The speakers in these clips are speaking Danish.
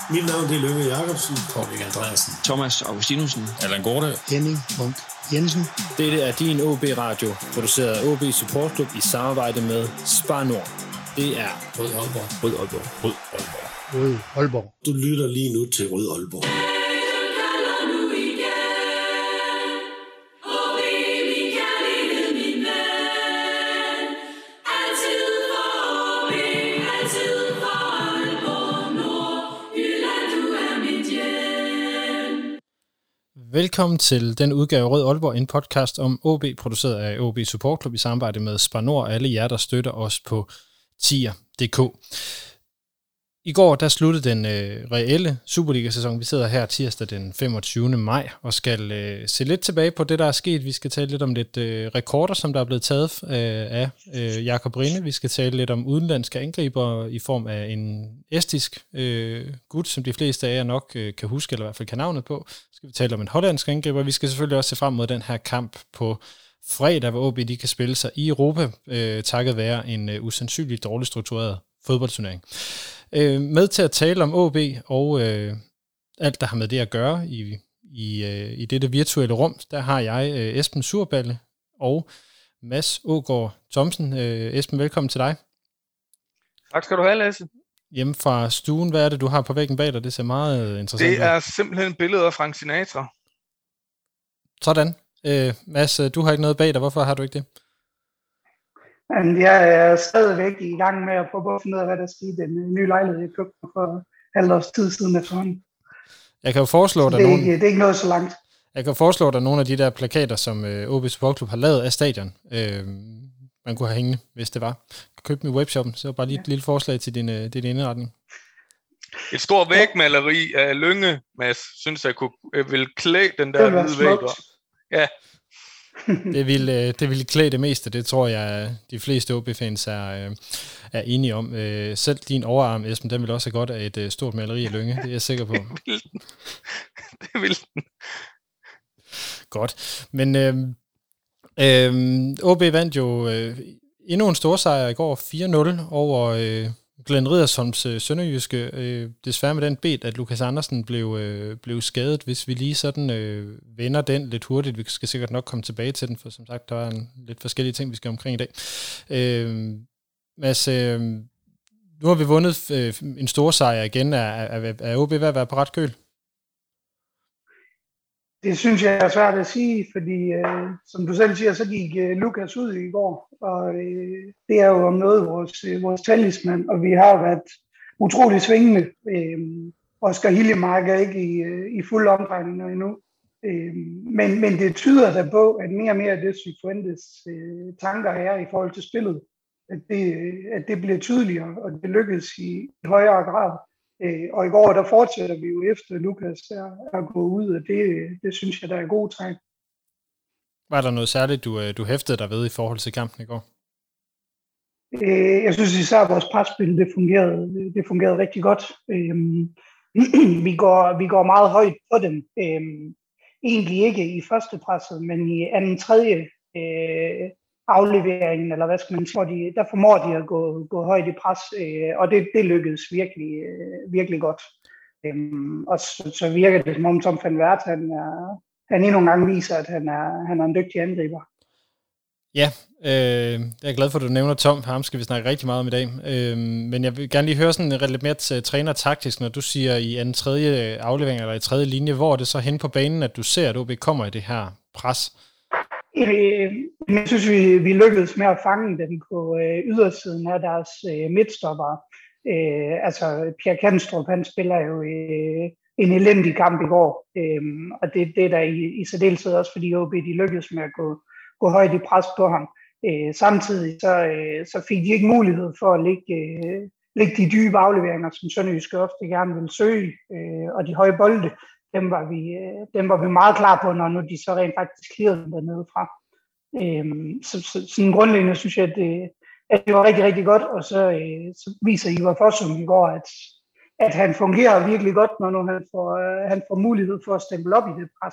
Mit navn er Løve Jacobsen. Paul Andreasen. Thomas Augustinussen. Allan Gorte. Henning Munk Jensen. Dette er din OB Radio, produceret af OB Support Club i samarbejde med Spar Nord. Det er Rød Aalborg. Rød Aalborg. Rød Aalborg. Rød Aalborg. Du lytter lige nu til Rød Aalborg. Velkommen til den udgave af Rød Aalborg, en podcast om OB, produceret af OB Support Club i samarbejde med Spar Nord og alle jer, der støtter os på tier.dk. I går der sluttede den reelle Superliga-sæson. Vi sidder her tirsdag den 25. maj og skal se lidt tilbage på det, der er sket. Vi skal tale lidt om lidt rekorder, som der er blevet taget af Jakob Rinde. Vi skal tale lidt om udenlandske angriber i form af en estisk gut, som de fleste af jer nok kan huske, eller i hvert fald kan navnet på. Så skal vi tale om en hollandsk angriber. Vi skal selvfølgelig også se frem mod den her kamp på fredag, hvor OB de kan spille sig i Europa, takket være en usandsynligt dårligt struktureret fodboldturnering. Med til at tale om OB og alt, der har med det at gøre i dette virtuelle rum, der har jeg Esben Surballe og Mads Aagaard Thomsen. Esben, velkommen til dig. Tak skal du have, Lasse. Hjemme fra stuen, hvad er det, du har på væggen bag dig? Det ser meget interessant ud. Det er simpelthen billeder af Frank Sinatra. Sådan. Mads, du har ikke noget bag dig. Hvorfor har du ikke det? Jeg er stadigvæk i gang med at prøve at finde ud af, hvad der skete i den nye lejlighed, jeg købte for halvt års tid siden efterhånden. Jeg kan jo foreslå dig det er ikke noget så langt. Jeg kan foreslå dig nogle af de der plakater, som OB Support Club har lavet af stadion. Man kunne have hængende, hvis det var. Køb dem i webshoppen, så bare lige et lille forslag til din indretning. Et stort vægmaleri af Lynge, Mads, synes jeg vil klæde den der hvide væg. Ja. Det ville klæde det meste, det tror jeg, de fleste OB-fans er enige om. Selv din overarm, Esben, den vil også have godt af et stort maleri af Lynge, det er jeg sikker på. Det vil den. Godt, men OB vandt jo endnu en storsejr i går, 4-0 over Glenn Riddersholms sønderjyske, desværre med den bed, at Lukas Andersen blev skadet. Hvis vi lige sådan vender den lidt hurtigt, vi skal sikkert nok komme tilbage til den, for som sagt, der er lidt forskellige ting, vi skal omkring i dag. Mads, nu har vi vundet en stor sejr igen. Er OB ved at være på ret køl? Det synes jeg er svært at sige, fordi som du selv siger, så gik Lukas ud i går, og det er jo om noget vores talisman, og vi har været utrolig svingende. Oscar Hillemark er ikke i fuld omdrejning endnu, men det tyder da på, at mere og mere af det Cifuentes tanker er i forhold til spillet, at det bliver tydeligere, og det lykkes i højere grad. Og i går, der fortsætter vi jo efter Lukas er gået ud, og det synes jeg, der er gode tegn. Var der noget særligt, du hæftede dig ved i forhold til kampen i går? Jeg synes især, at vores presspil, det fungerede rigtig godt. Vi går meget højt på dem. Egentlig ikke i første presset, men i anden, tredje afleveringen, eller hvad skal man sige, der formår de at gå højt i pres, og det lykkedes virkelig godt. Og så virker det som om Tom van Wert, han endnu en gang viser, at han er en dygtig angriber. Ja, jeg er glad for, at du nævner Tom. Ham skal vi snakke rigtig meget om i dag. Men jeg vil gerne lige høre sådan lidt mere træner-taktisk, når du siger i anden tredje aflevering, eller i tredje linje, hvor er det så hen på banen, at du ser, at OB kommer i det her pres? Jeg synes, vi lykkedes med at fange dem på ydersiden af deres midtstopper. Altså, Pierre Kanstrup, han spiller jo en elendig kamp i går, og det er der i særdeleshed også, fordi OB de lykkedes med at gå højt i pres på ham. Samtidig så fik de ikke mulighed for at lægge de dybe afleveringer, som Sønderjyske ofte gerne vil søge, og de høje bolde. Dem var vi meget klar på, når nu de så rent faktisk clearede dem dernede fra. Så sådan grundlæggende synes jeg, at det var rigtig, rigtig godt, og så viser Ivar Fossum i går, at han fungerer virkelig godt, når nu han får mulighed for at stemple op i det pres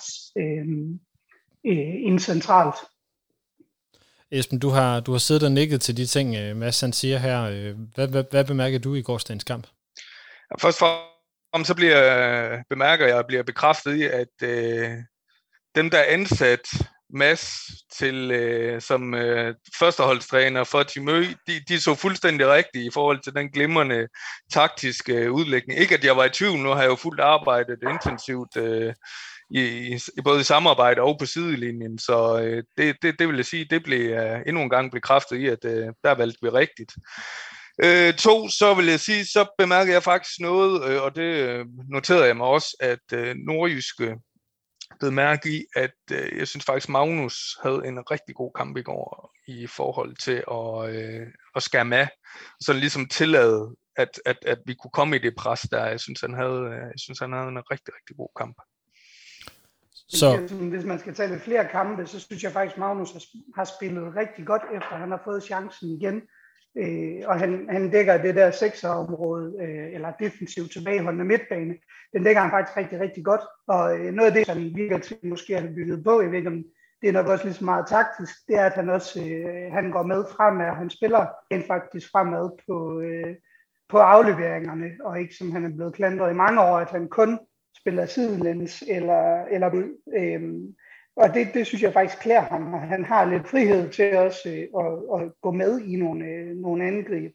ind centralt. Esben, du har siddet og nikket til de ting, Mads han siger her. Hvad bemærker du i gårsdagens kamp? Først og så bemærker jeg og bliver bekræftet i, at dem, der er ansat Mads til som førsteholdstræner for Timø, de så fuldstændig rigtigt i forhold til den glimrende taktiske udlægning. Ikke at jeg var i tvivl, nu har jeg jo fuldt arbejdet intensivt både i samarbejde og på sidelinjen, så det vil jeg sige, det blev endnu en gang bekræftet i, at der valgte vi rigtigt. 2, så vil jeg sige, så bemærker jeg faktisk noget, og det noterede jeg mig også, at Nordjyske blev mærke i, at jeg synes faktisk, Magnus havde en rigtig god kamp i går i forhold til at skære med, så ligesom tillade, at vi kunne komme i det pres der. Jeg synes, han havde en rigtig, rigtig god kamp. Så hvis man skal tage lidt flere kampe, så synes jeg faktisk, Magnus har spillet rigtig godt, efter han har fået chancen igen. Og han dækker det der 6'er-område, eller defensivt tilbageholdende midtbane, den dækker han faktisk rigtig, rigtig godt. Og noget af det, som virker til måske har bygget på, jeg ved ikke om det er nok også lige så meget taktisk, det er, at han også han går med fremad, og han spiller faktisk fremad på afleveringerne, og ikke som han er blevet klandret i mange år, at han kun spiller sidelæns eller og det synes jeg faktisk klæder ham, og han har lidt frihed til også at gå med i nogle angreb.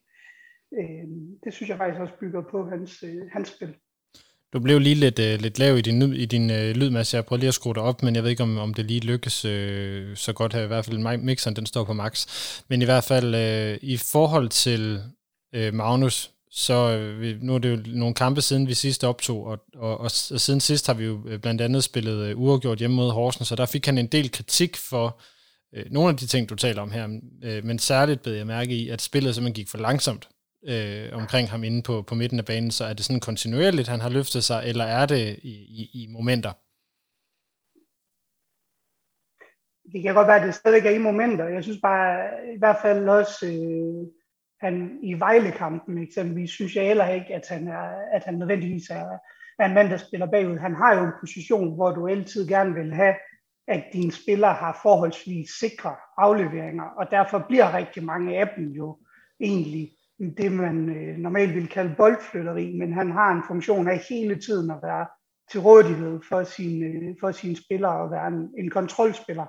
Det synes jeg faktisk også bygger på hans spil. Du blev lige lidt lav i din lydmasse. Jeg prøvede lige at skrue dig op, men jeg ved ikke, om det lige lykkes så godt her. I hvert fald mixeren, den står på max. Men i hvert fald i forhold til Magnus, så nu er det jo nogle kampe siden vi sidst optog, og siden sidst har vi jo blandt andet spillet uafgjort hjemme mod Horsens, så der fik han en del kritik for nogle af de ting, du taler om her, men særligt bed jeg mærke i, at spillet simpelthen gik for langsomt omkring ham inde på midten af banen, så er det sådan kontinuerligt, han har løftet sig, eller er det i momenter? Det kan godt være, at det stadig er i momenter. Jeg synes bare, i hvert fald også, han i Vejle-kampen eksempelvis, synes jeg heller ikke, at han nødvendigvis er en mand, der spiller bagud. Han har jo en position, hvor du altid gerne vil have, at dine spillere har forholdsvis sikre afleveringer, og derfor bliver rigtig mange af dem jo egentlig det, man normalt vil kalde boldflytteri, men han har en funktion af hele tiden at være til rådighed for sine spillere og være en kontrolspiller,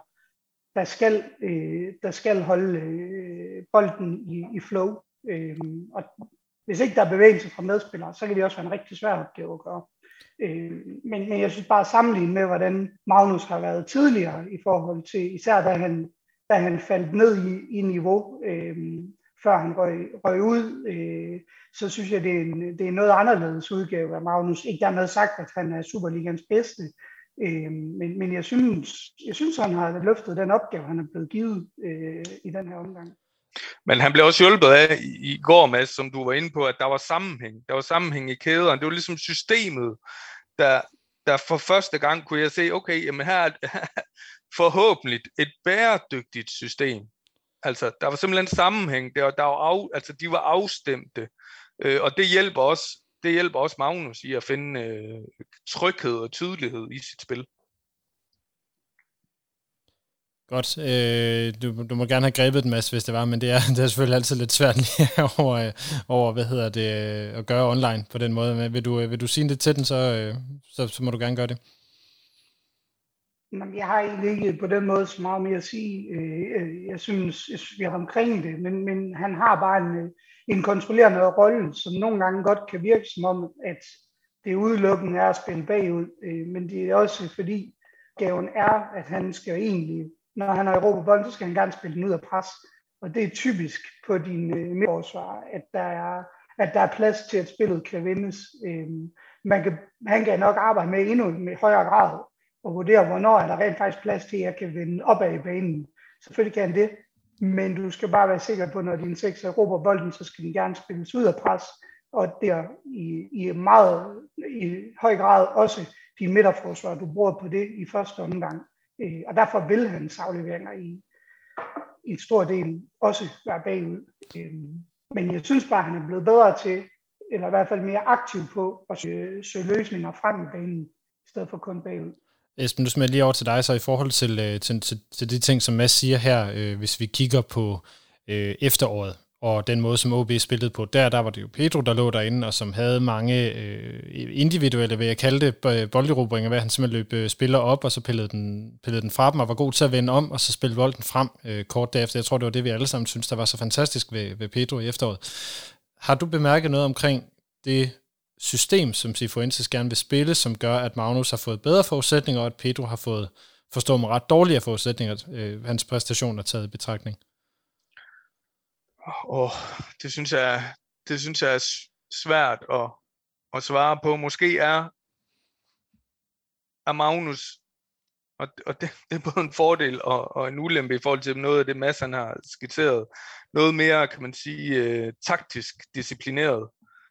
der skal holde bolden i flow. Og hvis ikke der er bevægelse fra medspillere, så kan det også være en rigtig svær opgave at gøre. Men jeg synes bare sammenlignet med, hvordan Magnus har været tidligere i forhold til, især da han faldt ned i niveau, før han røg ud, så synes jeg, det er noget anderledes udgave af Magnus. Ikke dermed sagt, at han er Superligans bedste, men jeg synes, han har løftet den opgave, han er blevet givet i den her omgang. Men han blev også hjulpet af i går, Mads, som du var inde på, at der var sammenhæng. Der var sammenhæng i kæderne. Det var ligesom systemet, der for første gang kunne jeg se, okay, jamen her er forhåbentlig et bæredygtigt system. Altså, der var simpelthen sammenhæng. De var afstemte. Og det hjælper også Magnus i at finde tryghed og tydelighed i sit spil. Godt. Du må gerne have grebet den, Mads, hvis det var, men det er selvfølgelig altid lidt svært lige over at gøre online på den måde. Men vil du sige det til den, så må du gerne gøre det. Jeg har egentlig ikke på den måde så meget mere at sige. Jeg synes, vi er omkring det, men han har bare en kontrollerende rolle, som nogle gange godt kan virke som om, at det udelukkende er at spille bagud. Men det er også fordi, gaven er, at han skal egentlig, når han har erobret bolden, så skal han gerne spille den ud af pres. Og det er typisk på din midtforsvar, at der er plads til, at spillet kan vindes. Han kan nok arbejde med endnu med højere grad, og vurdere, hvornår er der rent faktisk plads til, at jeg kan vende opad i banen. Selvfølgelig kan han det, men du skal bare være sikker på, når din sekser erobrer bolden, så skal den gerne spilles ud af pres, og der i høj grad også din midterforsvar, du bruger på det i første omgang. Og derfor vil hans afleveringer i en stor del også være bagud. Men jeg synes bare, at han er blevet bedre til, eller i hvert fald mere aktiv på at søge løsninger frem i banen, i stedet for kun bagud. Esben, nu smider jeg lige over til dig, så i forhold til de ting, som Mads siger her, hvis vi kigger på efteråret, og den måde, som OB spillede på, der var det jo Pedro, der lå derinde, og som havde mange individuelle, vil jeg kalde det, bolderobringer, hvor han simpelthen løb spiller op, og så pillede den fra dem, og var god til at vende om, og så spille bolden frem kort derefter. Jeg tror, det var det, vi alle sammen synes, der var så fantastisk ved Pedro i efteråret. Har du bemærket noget omkring det system, som Cifuentes gerne vil spille, som gør, at Magnus har fået bedre forudsætninger, og at Pedro har fået, forstår mig ret, dårligere forudsætninger, hans præstation er taget i betragtning? Det synes jeg er svært at svare på. Måske er Magnus, og det er både en fordel og en ulempe i forhold til noget af det, Mads han har skitseret, noget mere, kan man sige, taktisk disciplineret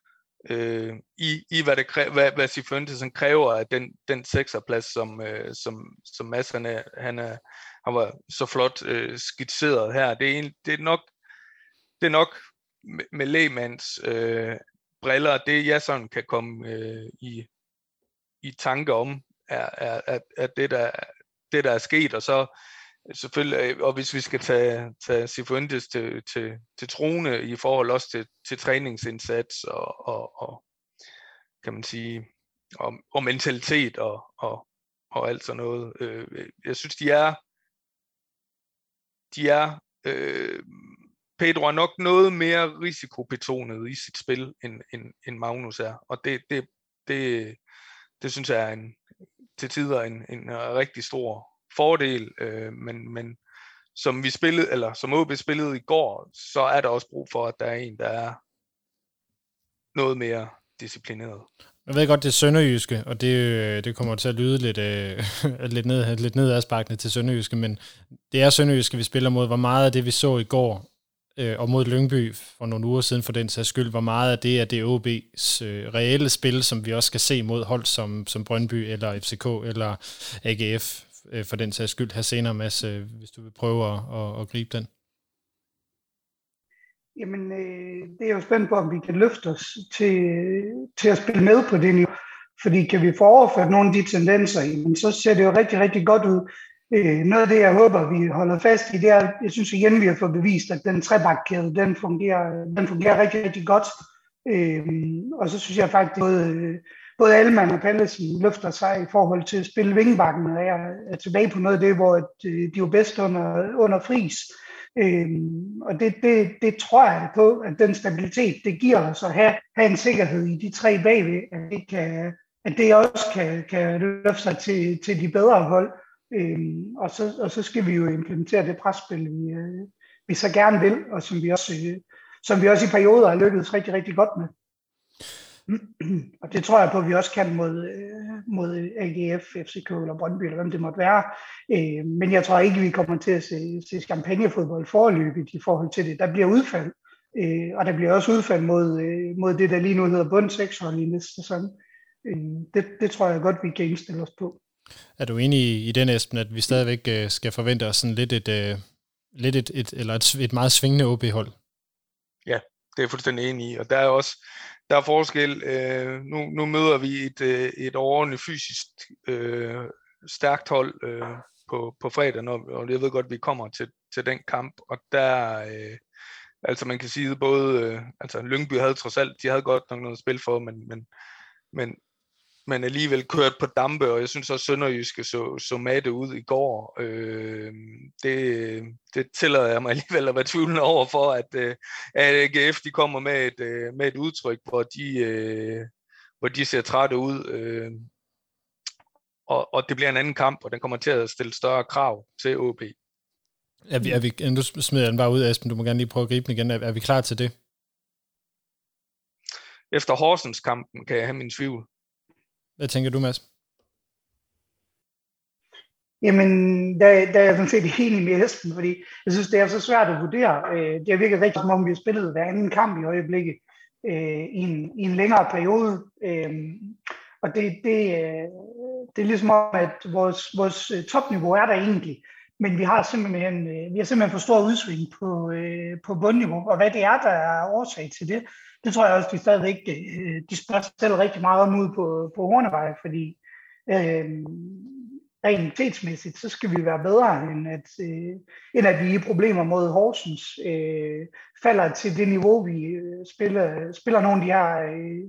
i hvad Cifuentes kræver af den sekserplads, som Mads han var så flot skitseret her. Det er nok med lægmands briller, det jeg sådan kan komme i tanke om, er det der er sket, og så selvfølgelig, og hvis vi skal tage Cifuentes til trone i forhold også til træningsindsats og kan man sige, og mentalitet og alt sådan noget. Jeg synes, Pedro er nok noget mere risikobetonet i sit spil, end Magnus er, og det synes jeg er til tider en rigtig stor fordel, men som vi spillede, eller som OB spillede i går, så er der også brug for, at der er en, der er noget mere disciplineret. Jeg ved godt, det er sønderjyske, og det kommer til at lyde lidt nedadsparkende til sønderjyske, men det er sønderjyske, vi spiller mod. Hvor meget af det, vi så i går, og mod Lyngby for nogle uger siden for den sags skyld, hvor meget af det er det OB's reelle spil, som vi også skal se mod hold som Brøndby, eller FCK, eller AGF, for den sags skyld her senere, Mads, hvis du vil prøve at gribe den. Jamen, det er jo spændt på, om vi kan løfte os til at spille med på det niveau. Fordi kan vi få overført nogle af de tendenser, jamen, så ser det jo rigtig, rigtig godt ud. Noget af det, jeg håber, vi holder fast i, det er, jeg synes igen, vi har fået bevist, at den trebakkæde, den fungerer rigtig, rigtig godt. Og så synes jeg faktisk, at både Allmann og Pallesen løfter sig i forhold til at spille vingebakken, og jeg er tilbage på noget af det, hvor de er bedst under Friis. Og det tror jeg på, at den stabilitet, det giver os at have en sikkerhed i de tre bagved, at det også kan løfte sig til de bedre hold. Og så skal vi jo implementere det presspil, vi så gerne vil, og som vi også i perioder har lykkedes rigtig, rigtig godt med. Og det tror jeg på, at vi også kan mod AGF, FCK eller Brøndby, eller hvem det måtte være. Men jeg tror ikke, vi kommer til at se champagnefodbold foreløbigt i forhold til det. Der bliver udfald, og der bliver også udfald mod det, der lige nu hedder bund 6-hold i næste sæson. Det tror jeg godt, vi kan indstille os på. Er du enig i den, Esben, at vi stadigvæk skal forvente os sådan lidt et meget svingende OB-hold? Ja, det er jeg fuldstændig enig i, og der er forskel. Nu møder vi et overordentligt fysisk stærkt hold på fredag, og jeg ved godt, at vi kommer til den kamp, og der, altså man kan sige, både, altså Lyngby havde trods alt, de havde godt nok noget spil for, men alligevel kørt på dampe, og jeg synes også Sønderjyske så matte ud i går. Det tillader jeg mig alligevel at være tvivlende over for, at AGF de kommer med et udtryk, hvor de ser trætte ud, og det bliver en anden kamp, og den kommer til at stille større krav til OB. Nu smider jeg den bare ud, Esben, du må gerne lige prøve at gribe den igen. Er vi klar til det? Efter Horsens kampen kan jeg have min tvivl. Hvad tænker du, Mads? Jamen, der er jeg sådan set enig med Esben, fordi jeg synes, det er så svært at vurdere. Det virker rigtig som om, vi har spillet hver anden kamp i øjeblikket i en længere periode. Og det er ligesom om, at vores topniveau er der egentlig, men vi har simpelthen for stor udsving på bundniveau, og hvad det er, der er årsag til det, det tror jeg også, de stadigvæk de spørger selv rigtig meget om ude på Hornevej, fordi realitetsmæssigt, så skal vi være bedre, end at vi i problemer mod Horsens falder til det niveau, vi spiller nogle af de her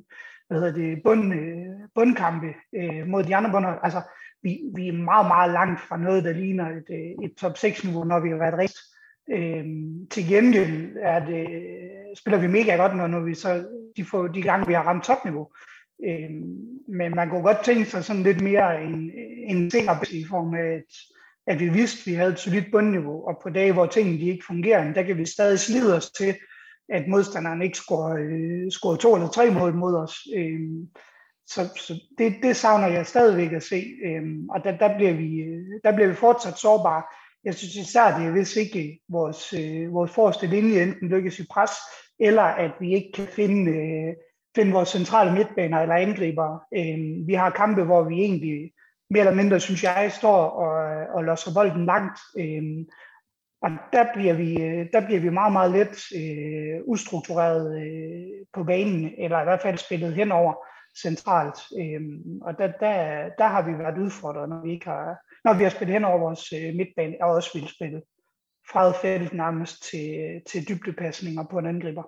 bundkampe mod de andre bunder. Altså, vi er meget, meget langt fra noget, der ligner et top 6-niveau, når vi har været rigt. Til gengæld spiller vi mega godt, når vi så de gange, vi har ramt topniveau. Men man kunne godt tænke sig sådan lidt mere en ting i form af, at vi vidste, at vi havde et solidt bundniveau, og på dage, hvor tingene de ikke fungerer, der kan vi stadig slide os til, at modstanderen ikke scorer 2 eller 3 mål mod os. Så det savner jeg stadigvæk at se, og der bliver vi fortsat sårbare. Jeg synes især, det er hvis ikke vores forreste linje enten lykkes i pres, eller at vi ikke kan finde vores centrale midtbaner eller angriber. Vi har kampe, hvor vi egentlig mere eller mindre, synes jeg, står og låser bolden langt. Og der bliver vi meget, meget let ustruktureret på banen, eller i hvert fald spillet henover centralt. Og der har vi været udfordret, når vi har spillet hen over vores midtbane, og også vil spille fra felt nærmest til dybdepasninger på en angriber.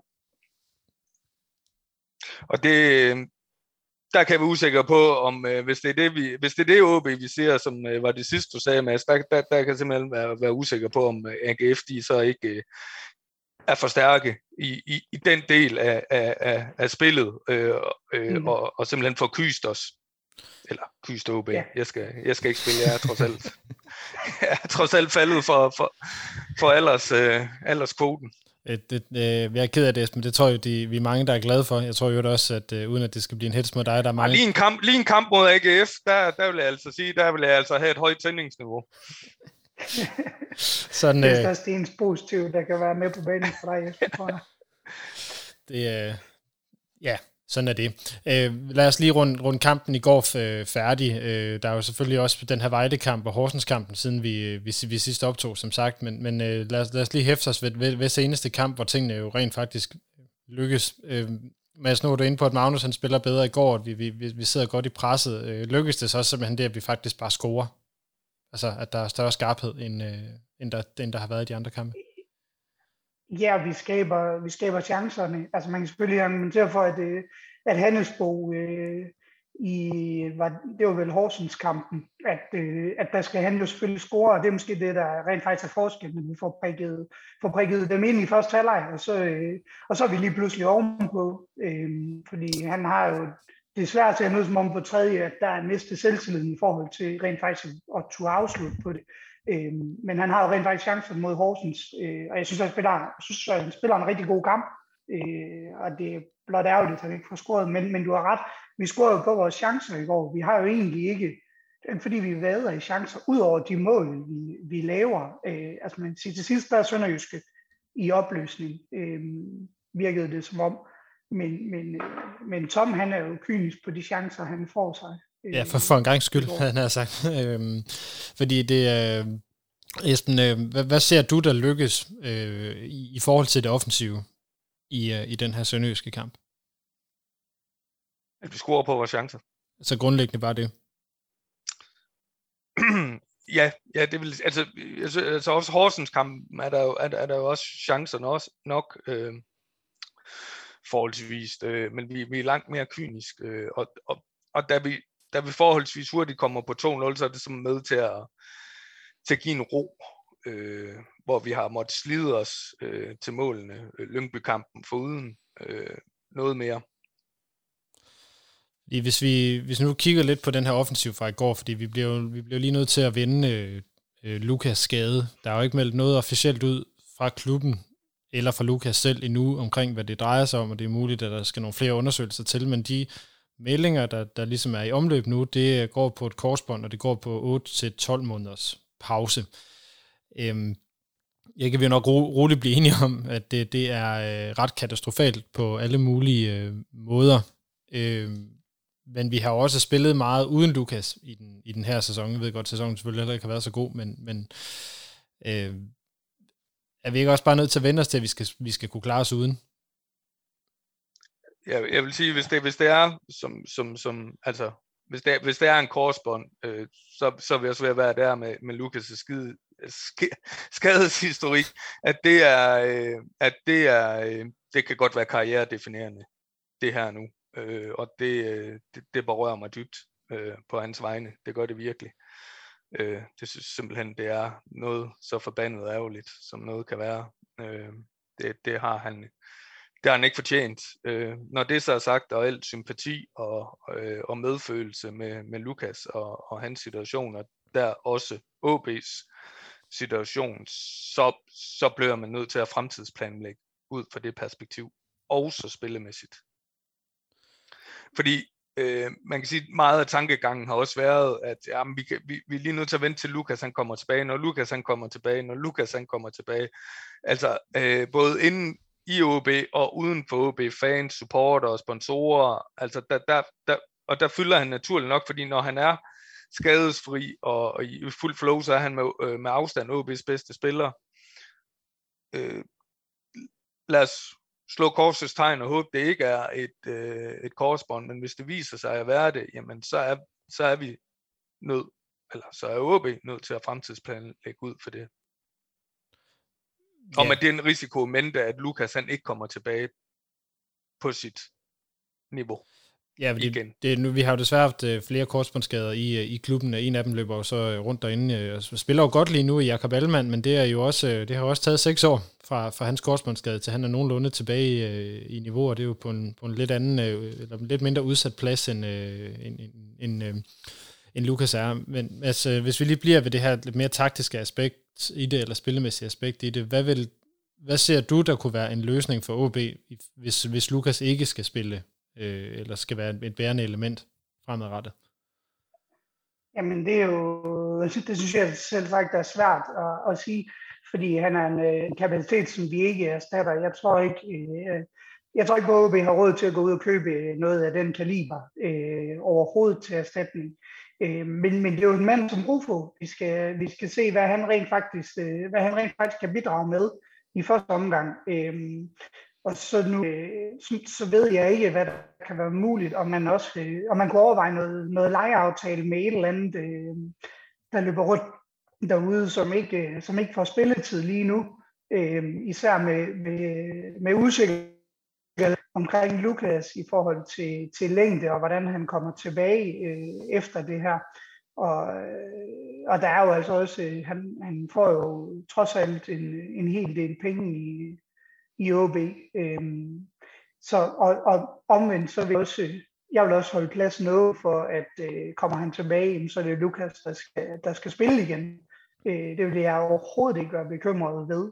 Og der kan vi usikre på, om hvis det er det OB, vi ser, som var det sidste, du sagde, Mads, der kan simpelthen være usikker på, om AGF de så ikke er for stærke i den del af spillet, og simpelthen får kyst os. Eller kyst OB. Ja. Jeg skal ikke spille, jeg er trods alt faldet for alderskvoten. Jeg er ked af det, men det tror jeg, vi er mange, der er glade for. Jeg tror jo også, at uden at det skal blive en hets mod dig, der er mange... Lige en kamp mod AGF, der vil jeg altså sige, der vil jeg altså have et højt tændingsniveau. Sådan, det er også det eneste positive, der kan være med på banen for dig. Ja, sådan er det. Lad os lige runde kampen i går færdig. Der er jo selvfølgelig også den her Vejle-kamp og Horsens-kampen, siden vi sidst optog, som sagt. Men lad os lige hæfte os ved seneste kamp, hvor tingene jo rent faktisk lykkes. Mads, nu er du inde på, at Magnus han spiller bedre i går, at vi sidder godt i presset. Lykkes det så også simpelthen det, at vi faktisk bare scorer? Altså, at der er større skarphed, end der har været i de andre kampe? Ja, vi skaber chancerne. Altså, man kan selvfølgelig argumentere for, at Handelsbo det var vel Horsens-kampen, at der skal han jo selvfølgelig score, og det er måske det, der rent faktisk er forskel, men vi får prikket dem ind i første halvleg, og så er vi lige pludselig ovenpå, fordi han har jo desværre til at noget som om på tredje, at der er mistet selvtilliden i forhold til rent faktisk at turde afslutte på det. Men han har jo rent faktisk chancen mod Horsens, og jeg synes, at han spiller en rigtig god kamp, og det er blot ærgerligt, at han ikke får scoret, men du har ret, vi scorede jo på vores chancer i går. Vi har jo egentlig ikke, fordi vi vader i chancer, ud over de mål, vi laver. Altså man siger til sidst, der er Sønderjyske i opløsning, virkede det som om, men Tom, han er jo kynisk på de chancer, han får sig. Ja, for en gangs skyld, han har sagt. Fordi det Esben, hvad ser du, der lykkes i forhold til det offensive i den her sønderjyske kamp? At vi scorer på vores chancer. Så grundlæggende bare det? Ja, det vil altså også Horsens kamp er der jo også chancerne også nok forholdsvis, men vi er langt mere kynisk, og da vi forholdsvis hurtigt kommer på 2-0, så er det som med til at give en ro, hvor vi har måttet slide os til målene, Lyngby-kampen foruden noget mere. Hvis vi nu kigger lidt på den her offensiv fra i går, fordi vi bliver lige nødt til at vende Lukas skade. Der er jo ikke meldt noget officielt ud fra klubben eller fra Lukas selv endnu omkring, hvad det drejer sig om, og det er muligt, at der skal nogle flere undersøgelser til, men de meldinger, der ligesom er i omløb nu, det går på et korsbånd, og det går på 8-12 måneders pause. Jeg kan vi nok roligt blive enige om, at det er ret katastrofalt på alle mulige måder. Men vi har også spillet meget uden Lukas i den her sæson. Jeg ved godt, at sæsonen selvfølgelig heller ikke har været så god, men er vi ikke også bare nødt til at vende os til, at vi skal kunne klare os uden? Jeg vil sige, hvis det er, som altså, hvis der er en korsbånd, så vil jeg så være der med Lukas' skadeshistorik, at det kan godt være karrieredefinerende, det her nu. Og det berører mig dybt på hans vegne. Det gør det virkelig. Det synes simpelthen, det er noget så forbandet ærgerligt, som noget kan være. Det har han ikke fortjent. Når det så er sagt, og alt sympati og medfølelse med Lukas og hans situation, og der også OB's situation, så bliver man nødt til at fremtidsplanlægge ud fra det perspektiv, også spillemæssigt. Fordi man kan sige, at meget af tankegangen har også været, at jamen, vi er lige nødt til at vente til Lukas han kommer tilbage, når Lukas han kommer tilbage. Altså både inden i OB og uden for OB, fans, supporter og sponsorer, altså der fylder han naturligt nok, fordi når han er skadesfri og i fuld flow, så er han med afstand OB's bedste spiller. Lad os slå korsets tegn og håbe, det ikke er et korsbånd, men hvis det viser sig at være det, jamen så er vi nødt, eller så er OB nødt til at fremtidsplanlægge ud for det. Og med den risiko mente, at Lukas han ikke kommer tilbage på sit niveau. Ja, nu, vi har jo desværre haft flere korsbåndsskader i klubben. En af dem løber jo så rundt derinde og spiller jo godt lige nu i Jakob Allmann, men det har jo også taget 6 år fra hans korsbåndsskade til han er nogenlunde tilbage i niveau, og det er jo på en lidt anden, eller lidt mindre udsat plads end Lukas er. Men altså, hvis vi lige bliver ved det her lidt mere taktiske aspekt i det, eller spillemæssige aspekt i det, hvad ser du, der kunne være en løsning for OB, hvis Lukas ikke skal spille, eller skal være et bærende element fremadrettet? Jamen det er jo, det synes jeg selv sagt er svært at sige, fordi han er en kapacitet, som vi ikke erstatter. Jeg tror ikke på, at OB har råd til at gå ud og købe noget af den kaliber overhovedet til erstatning. Men det er jo en mand som Rufo. Vi skal se, hvad han rent faktisk kan bidrage med i første omgang. Og så nu så ved jeg ikke, hvad der kan være muligt, om man kunne overveje noget lejeaftale med et eller andet, der løber rundt derude, som ikke får spilletid lige nu. Især med usikkerhed omkring Lukas i forhold til længde og hvordan han kommer tilbage efter det her. Og der er jo altså også, han får jo trods alt en hel del penge i OB. Og omvendt, så vil jeg vil også holde pladsen åben for, at kommer han tilbage, så er det Lukas, der skal spille igen. Det vil jeg overhovedet ikke være bekymret ved.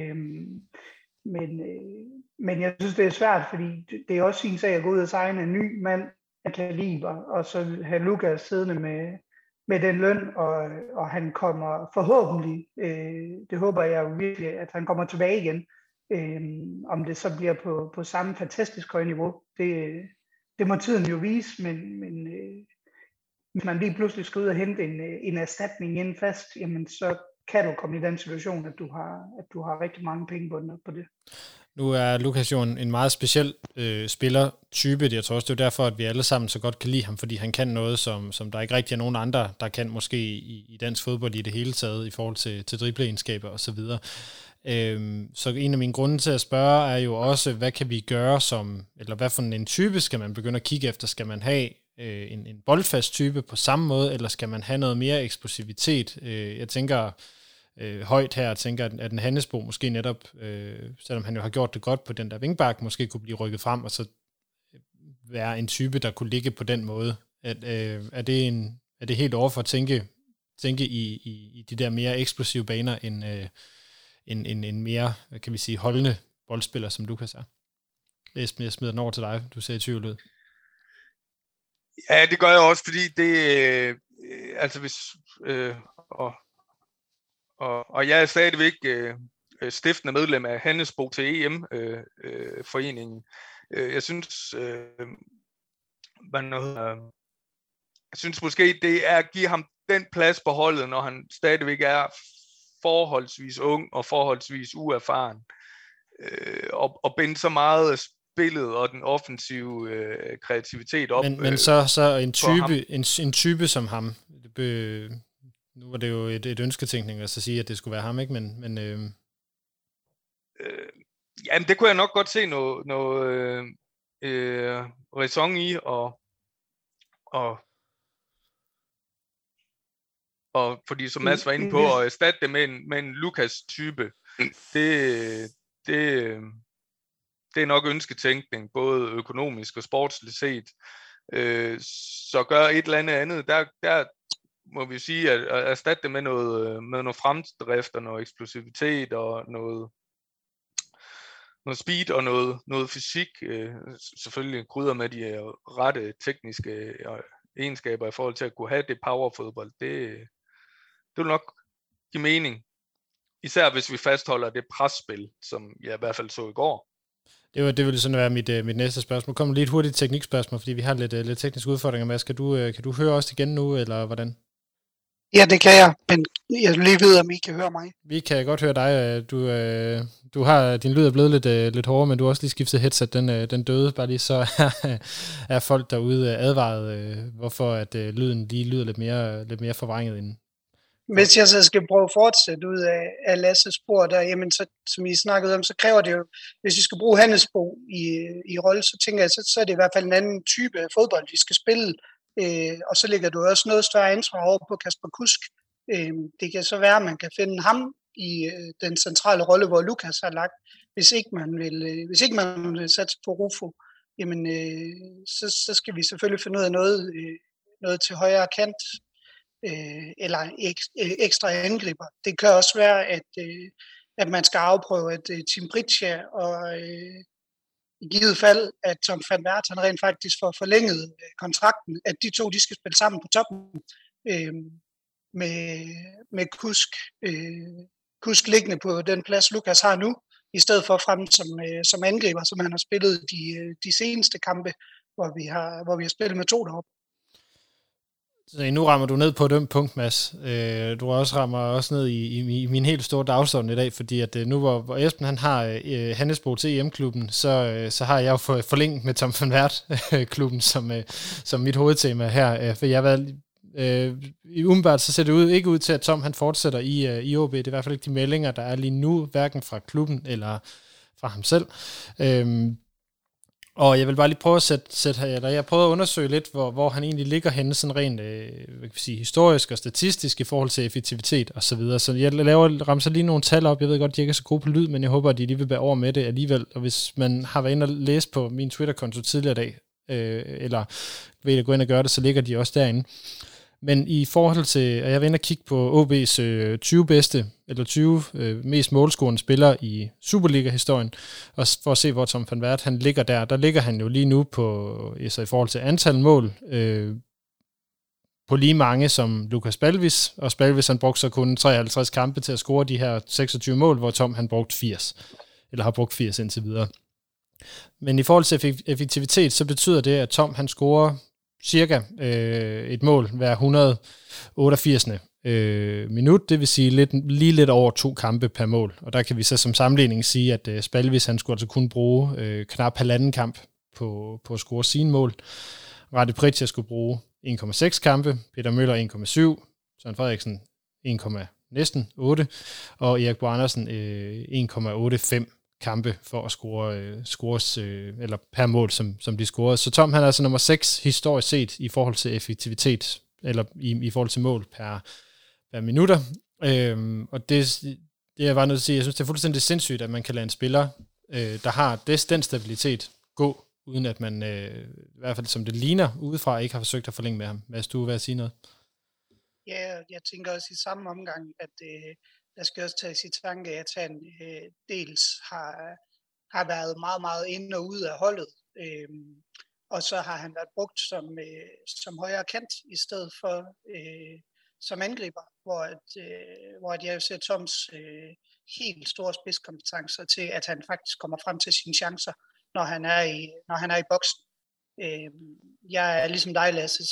Men jeg synes, det er svært, fordi det er også sin sag at gå ud og signe en ny mand af kaliber, og så have Lukas siddende med den løn, og han kommer forhåbentlig, det håber jeg jo virkelig, at han kommer tilbage igen. Om det så bliver på samme fantastisk høje niveau, det må tiden jo vise, men hvis man lige pludselig skal ud og hente en erstatning inden fast, jamen så kan du komme i den situation, at du har rigtig mange penge bundet på det. Nu er Lukas jo en meget speciel spillertype. Jeg tror også, det er derfor, at vi alle sammen så godt kan lide ham, fordi han kan noget, som der ikke rigtig er nogen andre, der kan måske i dansk fodbold i det hele taget, i forhold til dribleegenskaber osv. Så en af mine grunde til at spørge er jo også, hvad kan vi gøre eller hvad for en type skal man begynde at kigge efter? Skal man have en boldfast type på samme måde, eller skal man have noget mere eksplosivitet? Jeg tænker højt her, tænker, at en Hannesbo måske netop, selvom han jo har gjort det godt på den der vingbak, måske kunne blive rykket frem, og så være en type, der kunne ligge på den måde. Er det helt over for at tænke i de der mere eksplosive baner, en mere, kan vi sige, holdende boldspiller, som Lukas er? Esben, jeg smider den over til dig. Du ser i tvivl ud. Ja, det gør jeg også, fordi det, altså hvis, og jeg er stadigvæk stiftende medlem af Hannesbo til EM-foreningen. Jeg synes, jeg synes måske, det er at give ham den plads på holdet, når han stadigvæk er forholdsvis ung og forholdsvis uerfaren. Og binde så meget spillet og den offensive kreativitet op. Men så en type som ham. Nu var det jo et ønsketænkning at så sige, at det skulle være ham, ikke? Men jamen, det kunne jeg nok godt se noget ræson i, og fordi som Mads var inde på, at erstatte det med en Lukas-type, det er nok ønsketænkning, både økonomisk og sportsligt set. Så gør et eller andet, der må vi sige, at erstatte det med noget fremdrift og noget eksplosivitet og noget speed og noget fysik. Selvfølgelig krydder med de rette tekniske egenskaber i forhold til at kunne have det powerfodbold. Det vil nok give mening. Især hvis vi fastholder det presspil, som jeg i hvert fald så i går. Det vil sådan være mit næste spørgsmål. Kommer lige et hurtigt teknikspørgsmål, fordi vi har lidt tekniske udfordringer med. Kan du høre os igen nu, eller hvordan? Ja, det kan jeg, men jeg lige ved, om I kan høre mig. Vi kan godt høre dig. Du har, din lyd er blevet lidt hårdere, men du har også lige skiftet headset. Den døde, bare lige så er folk derude advaret, hvorfor at lyden lige lyder lidt mere forvrænget end. Hvis jeg så skal prøve at fortsætte ud af Lasses spor der, jamen så, som I snakkede om, så kræver det jo, hvis vi skal bruge Handelsbo i rolle, så tænker jeg, så er det i hvert fald en anden type af fodbold, vi skal spille. Og så ligger du også noget større ansvar over på Kasper Kusk. Det kan så være, at man kan finde ham i den centrale rolle, hvor Lukas har lagt. Hvis ikke man vil satse på Rufo, jamen, så skal vi selvfølgelig finde ud af noget til højre kant, eller ekstra angriber. Det kan også være, at man skal afprøve, at Tim Britja og i givet fald, at Tom van Wert, han rent faktisk får forlænget kontrakten, at de to, de skal spille sammen på toppen med Kusk liggende på den plads, Lukas har nu, i stedet for frem som angriber, som han har spillet de seneste kampe, hvor vi har spillet med to deroppe. Så nu rammer du ned på et ømt punkt, Mads. Du rammer også ned i min helt store dagsorden i dag, fordi at nu hvor Esben han har Handelsbo til EM-klubben, så har jeg jo fået forlænget med Tom van Wert-klubben som mit hovedtema her. For jeg har været umiddelbart så ser det ikke ud til, at Tom han fortsætter i OB. Det er i hvert fald ikke de meldinger, der er lige nu, hverken fra klubben eller fra ham selv. Og jeg vil bare lige prøve at jeg prøver at undersøge lidt, hvor han egentlig ligger henne, sådan rent historisk og statistisk i forhold til effektivitet og så videre. Så jeg ramser lige nogle tal op. Jeg ved godt, de ikke er så gode på lyd, men jeg håber, at de lige vil bære over med det alligevel. Og hvis man har været inde og læse på min Twitter-konto tidligere i dag, eller vil at gå ind og gøre det, så ligger de også derinde. Men i forhold til, at jeg vil ind og kigge på OB's 20 bedste, eller 20 mest målscorende spillere i Superliga-historien, og for at se, hvor Tom van Wert han ligger der ligger han jo lige nu på, i forhold til antal mål, på lige mange som Lukas Balvis, og Balvis han brugte så kun 53 kampe til at score de her 26 mål, hvor Tom han brugte 80, eller har brugt 80 indtil videre. Men i forhold til effektivitet, så betyder det, at Tom han scorer cirka et mål hver 188. Minut, det vil sige lige lidt over 2 kampe per mål. Og der kan vi så som sammenligning sige, at Spalvis han skulle altså kun bruge knap halvanden kamp på at score sine mål. Rade Pritja skulle bruge 1,6 kampe, Peter Møller 1,7, Søren Frederiksen 1,8, og Erik Bo Andersen 1,85 kampe for at scores eller per mål, som de scorede. Så Tom han er altså nummer 6 historisk set i forhold til effektivitet, eller i forhold til mål per minutter. Og det er bare nødt til at sige, jeg synes, det er fuldstændig sindssygt, at man kan lade en spiller, der har den stabilitet, gå, uden at man, i hvert fald som det ligner udefra, ikke har forsøgt at forlænge med ham. Mads, du vil sige noget? Ja, jeg tænker også i samme omgang, at der skal også tages i tanke, at han dels har været meget, meget inde og ud af holdet, og så har han været brugt som højre kant i stedet for som angriber, hvor jeg ser Toms helt store spidskompetencer til, at han faktisk kommer frem til sine chancer, når han er i boksen. Jeg er ligesom dig, Lasse,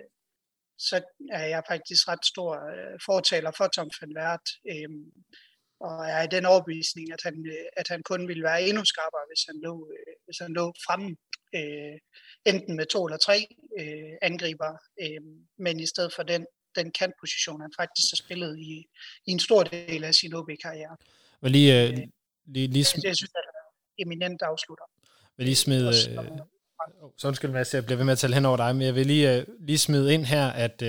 så er jeg faktisk ret stor fortaler for Tom van Wert. og er i den overbevisning, at han kun ville være endnu skarpere, hvis han lå fremme, enten med 2 eller 3 angriber, men i stedet for den kantposition, han faktisk har spillet i en stor del af sin OB-karriere. Og jeg synes, at han er eminent afslutter. Vil lige smide... Så undskyld, Mads, jeg bliver ved med at tale hen over dig, men jeg vil lige smide ind her, at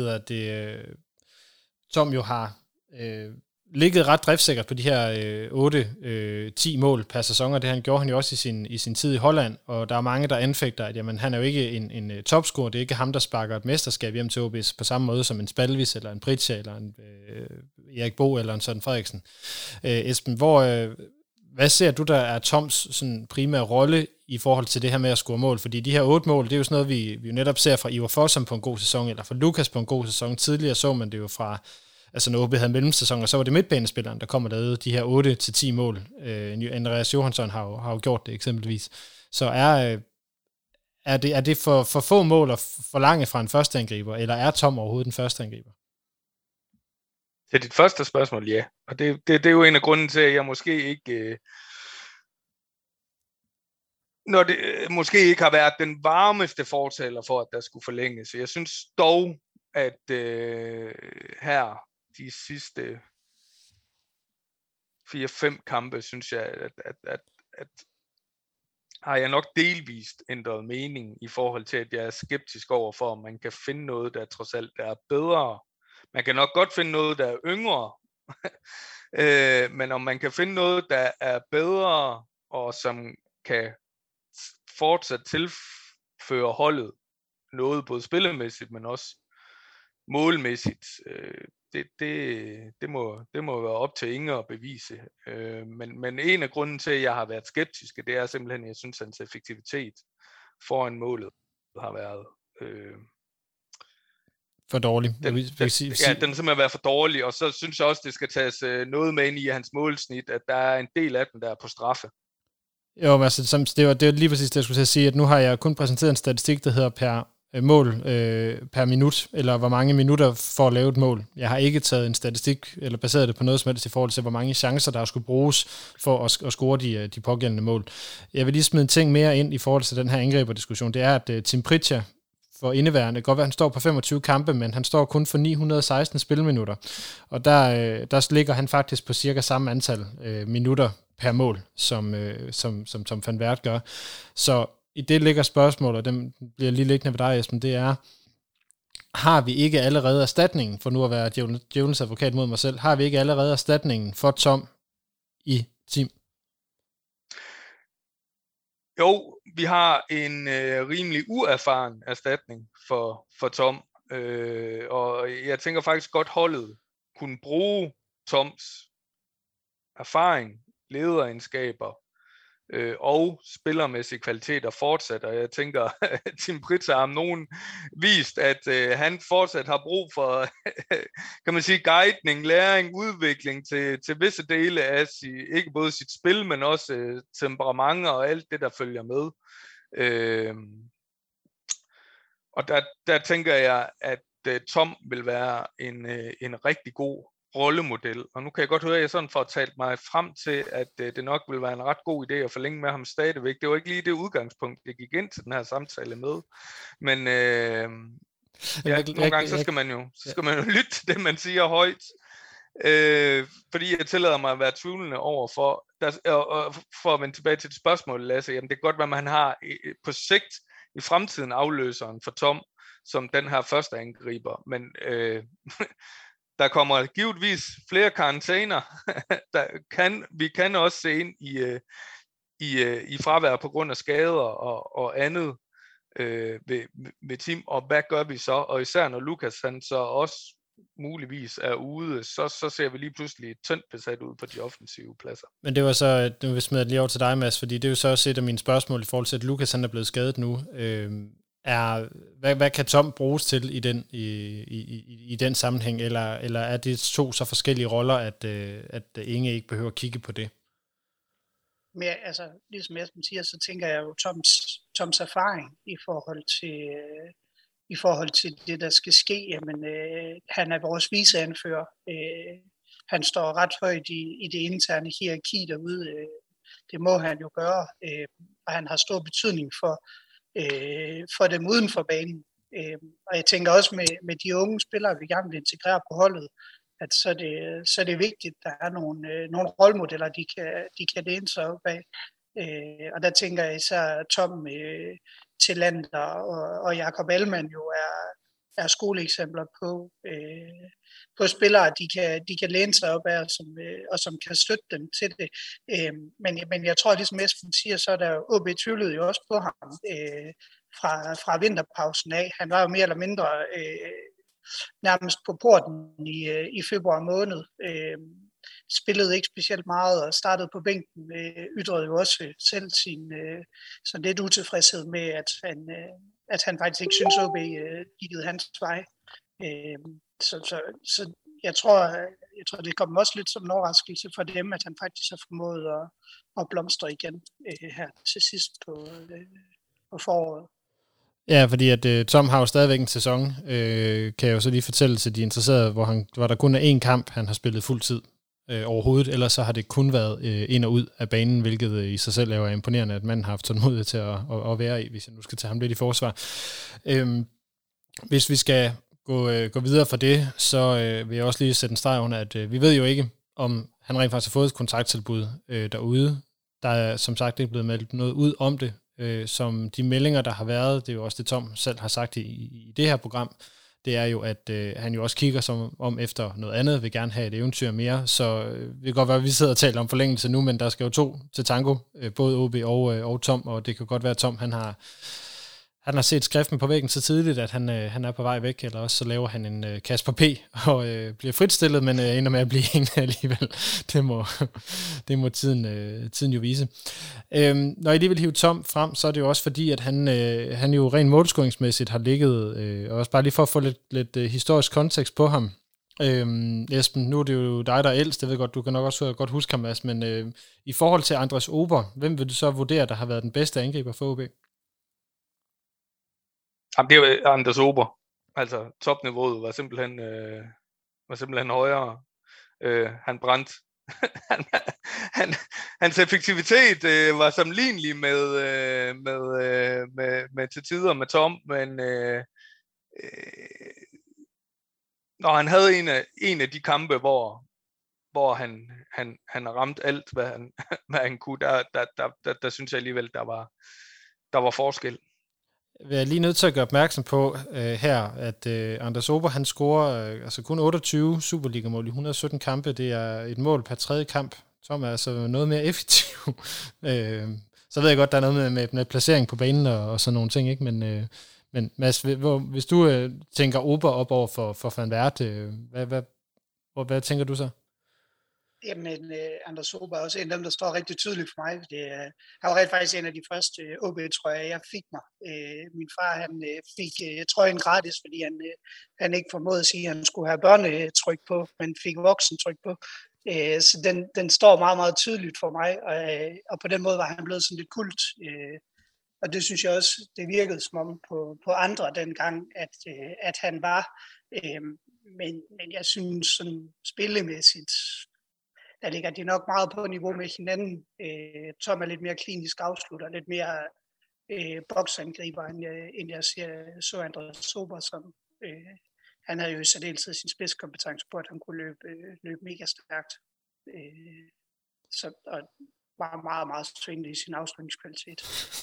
Tom jo har ligget ret driftsikkert på de her 8-10 mål per sæson, og det gjorde han jo også i sin tid i Holland, og der er mange, der anfægter, at jamen, han er jo ikke en topscorer, det er ikke ham, der sparker et mesterskab hjem til OB på samme måde som en Spalvis, eller en Pritja, eller en Erik Bo, eller en Søren Frederiksen. Esben, hvad ser du, der er Toms sådan primære rolle i forhold til det her med at score mål? Fordi de her 8 mål, det er jo sådan noget, vi jo netop ser fra Ivar Fossum på en god sæson, eller fra Lukas på en god sæson. Tidligere så man det jo fra, altså når OB havde mellemsæson, og så var det midtbanespilleren, der kom og lavede de her 8-10 mål. Andreas Johansson har jo gjort det eksempelvis. Så er det for få mål og for lange fra en førsteangriber, eller er Tom overhovedet den førsteangriber? Til dit første spørgsmål, ja. Og det er jo en af grunden til, at jeg måske ikke... Når det måske ikke har været den varmeste fortaler for, at der skulle forlænges. Jeg synes dog, at her de sidste 4-5 kampe, synes jeg, at har jeg nok delvist ændret mening i forhold til, at jeg er skeptisk over for, om man kan finde noget, der trods alt er bedre. Man kan nok godt finde noget, der er yngre, men om man kan finde noget, der er bedre, og som kan fortsat tilføre holdet noget, både spillemæssigt, men også målmæssigt, det må være op til Inger at bevise. Men en af grunden til, at jeg har været skeptisk, det er simpelthen, at jeg synes, at hans effektivitet foran målet har været... for dårlig. Den har simpelthen været for dårlig, og så synes jeg også, det skal tages noget med ind i hans målsnit, at der er en del af den, der er på straffe. Jo, altså, det var lige præcis det, jeg skulle sige, at nu har jeg kun præsenteret en statistik, der hedder per mål per minut, eller hvor mange minutter for at lave et mål. Jeg har ikke taget en statistik, eller baseret det på noget som helst i forhold til, hvor mange chancer, der skulle bruges for at score de pågældende mål. Jeg vil lige smide en ting mere ind i forhold til den her angriberdiskussion. Det er, at Tim Pritja for indeværende, godt være, han står på 25 kampe, men han står kun for 916 spilminutter. Og der ligger han faktisk på cirka samme antal minutter per mål, som Tom van Wert gør. Så i det ligger spørgsmål, og den bliver lige liggende ved dig, Esben, det er, har vi ikke allerede erstatningen, for nu at være djævelens advokat mod mig selv, har vi ikke allerede erstatningen for Tom i team? Jo, vi har en rimelig uerfaren erstatning for Tom, og jeg tænker faktisk godt holdet kunne bruge Toms erfaring, lederegenskaber og spillermæssige kvaliteter fortsat, og jeg tænker, at Tim Pritja har nogen vist, at han fortsat har brug for, kan man sige, guidning, læring, udvikling til visse dele af ikke både sit spil, men også temperament og alt det, der følger med. Og der tænker jeg, at Tom vil være en rigtig god rollemodel, og nu kan jeg godt høre, at jeg sådan får talt mig frem til, at det nok vil være en ret god idé at forlænge med ham stadigvæk. Det var ikke lige det udgangspunkt, jeg gik ind til den her samtale med, men nogle gange så skal man jo lytte til det, man siger højt, fordi jeg tillader mig at være tvivlende over for at vende tilbage til et spørgsmål, Lasse. Jamen, det kan godt være, at man har på sigt i fremtiden afløseren for Tom, som den her første angriber, men der kommer givetvis flere karantæner. Vi kan også se ind i fravær på grund af skader og andet ved Tim, og hvad gør vi så? Og især når Lukas han så også muligvis er ude, så ser vi lige pludselig tyndt besat ud på de offensive pladser. Men det var så, nu vil jeg smide lige over til dig, Mads, fordi det er jo så også et af mine spørgsmål i forhold til, at Lukas han er blevet skadet nu. Hvad kan Tom bruges til i den sammenhæng, eller er det to så forskellige roller, at Inge ikke behøver at kigge på det? Men altså, ligesom Esben siger, så tænker jeg jo Toms erfaring i forhold til det, der skal ske. Jamen, han er vores viceanfører. han står ret højt i det interne hierarki derude. Det må han jo gøre, og han har stor betydning for dem uden for banen. Og jeg tænker også med de unge spillere, vi gerne vil integrere på holdet, at så er det vigtigt, at der er nogle rollemodeller, de kan læne sig op af. Og der tænker jeg især Tom Tillander og Jakob Allmann jo er skoleeksempler på spillere, de kan læne sig op af, og som kan støtte dem til det. Men jeg tror, ligesom Esben siger, så er der OB tvivlede jo også på ham fra vinterpausen af. Han var jo mere eller mindre nærmest på porten i februar måned. Spillede ikke specielt meget og startede på bænken. Ydrede jo også selv sin sådan lidt utilfredshed med, at han faktisk ikke synes, at OB kiggede hans vej. Så jeg tror, det kommer også lidt som en overraskelse for dem, at han faktisk har formået at blomstre igen her til sidst på foråret. Ja, fordi at Tom har jo stadigvæk en sæson, kan jeg jo så lige fortælle til de interesserede, hvor der kun er én kamp, han har spillet fuld tid overhovedet, ellers så har det kun været ind og ud af banen, hvilket i sig selv er jo imponerende, at man har haft tålmodighed til at være i, hvis jeg nu skal tage ham lidt i forsvar. Hvis vi skal gå videre fra det, så vil jeg også lige sætte en streg under, at vi ved jo ikke, om han rent faktisk har fået et kontrakttilbud derude. Der er som sagt ikke blevet meldt noget ud om det, som de meldinger, der har været, det er jo også det, Tom selv har sagt i det her program, det er jo, at han jo også kigger som om efter noget andet, vil gerne have et eventyr mere, så det kan godt være, at vi sidder og taler om forlængelse nu, men der skal jo 2 til tango, både OB og Tom, og det kan godt være, at Tom, han har set skriften på væggen så tidligt, at han er på vej væk, eller også så laver han en Kasper P. og bliver fritstillet, men ender med at blive hængende alligevel. Det må tiden jo vise. Når I lige vil hive Tom frem, så er det jo også fordi, at han jo rent målscoringsmæssigt har ligget, og også bare lige for at få lidt historisk kontekst på ham. Esben, nu er det jo dig, der er ældst, jeg ved godt, du kan nok også godt huske ham, Mads, men i forhold til Andres Ober, hvem vil du så vurdere, der har været den bedste angriber for OB? Jamen, det er jo Andres Ober. Altså, topniveauet var simpelthen højere. Han brændte. Hans effektivitet var sammenlignelig med til tider med Tom, men når han havde en af de kampe, hvor han ramt alt, hvad han kunne, der synes jeg alligevel, der var forskel. Jeg er lige nødt til at gøre opmærksom på her, at Andres Ober, han scorer kun 28 Superliga-mål i 117 kampe. Det er et mål per 3. kamp. Tom er altså noget mere effektiv. Så ved jeg godt, der er noget med placering på banen og sådan nogle ting, ikke? Men Mads, hvis du tænker Ober op over for Van Wert, hvad tænker du så? Jamen, Andres Ober er også en af dem, der står rigtig tydeligt for mig. Han var faktisk en af de første OB-trøjer, jeg fik mig. Min far, han fik trøjen gratis, fordi han ikke formåede at sige, at han skulle have børnetryk på, men fik voksentryk på. Så den står meget, meget tydeligt for mig, og på den måde var han blevet sådan lidt kult. Og det synes jeg også, det virkede som om på andre dengang, at han var. Men jeg synes sådan spillemæssigt, der ligger de nok meget på niveau med hinanden. Tom er lidt mere klinisk afslutter, lidt mere boksangriber, end jeg så Andres Ober som. Han havde jo i særdeleshed sin spidskompetence på, at han kunne løbe mega stærkt. Og var meget, meget svingende i sin afslutningskvalitet.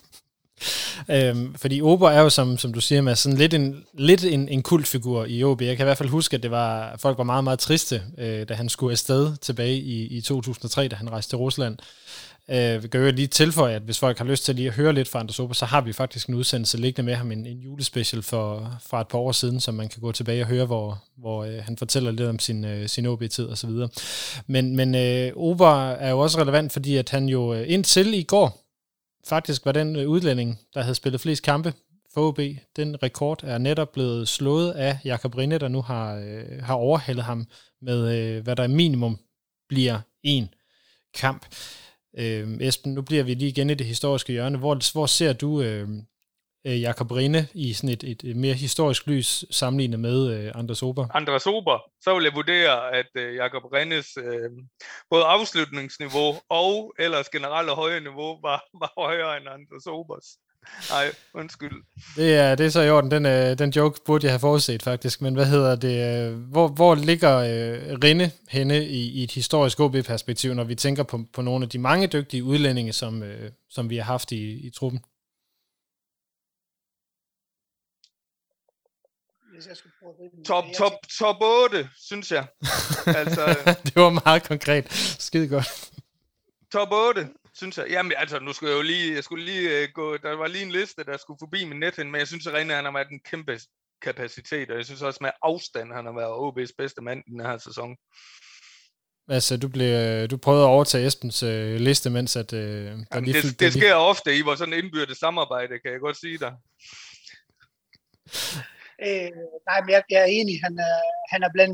Fordi Ober er jo, som du siger, med sådan lidt en kultfigur i OB. Jeg kan i hvert fald huske, at folk var meget, meget triste, da han skulle afsted tilbage i 2003, da han rejste til Rusland. Vi kan jo lige tilføje, at hvis folk har lyst til lige at høre lidt fra Andres Ober, så har vi faktisk en udsendelse liggende med ham, en julespecial fra et par år siden, som man kan gå tilbage og høre, hvor han fortæller lidt om sin OB-tid og så videre. Men Ober er jo også relevant, fordi at han jo indtil i går faktisk var den udlænding, der havde spillet flest kampe for OB. Den rekord er netop blevet slået af Jakob Rinde, der nu har overhalet ham med, hvad der minimum bliver 1 kamp. Esben, nu bliver vi lige igen i det historiske hjørne. Hvor ser du Jakob Rinde i sådan et mere historisk lys sammenlignet med Anders Ober? Anders Ober, så vil jeg vurdere, at Jakob Rindes både afslutningsniveau og ellers generelle høje niveau var højere end Anders Obers. Nej, undskyld. Det er så i orden. Den joke burde jeg have forudset faktisk. Men hvad hedder det? Hvor ligger Rinde henne i et historisk OB-perspektiv, når vi tænker på nogle af de mange dygtige udlændinge, som vi har haft i truppen? Top 8, synes jeg. Altså, det var meget konkret. Skide godt. Top 8, synes jeg. Jamen, altså, nu skulle jeg skulle lige gå, der var lige en liste, der skulle forbi min netten, men jeg synes, at Rene, han har været en kæmpe kapacitet, og jeg synes også med afstand, han har været OB's bedste mand i den her sæson. Altså, du prøvede at overtage Esbens liste, mens at... Jamen, det sker ofte i vores sådan indbyrdes samarbejde, kan jeg godt sige dig. Nej, men jeg er enig. Han er blandt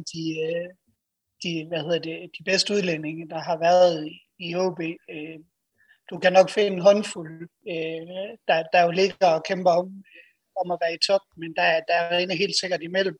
de bedste udlændinge, der har været i OB. Du kan nok finde en håndfuld, der jo ligger og kæmper om at være i top, men der er Rene helt sikkert imellem.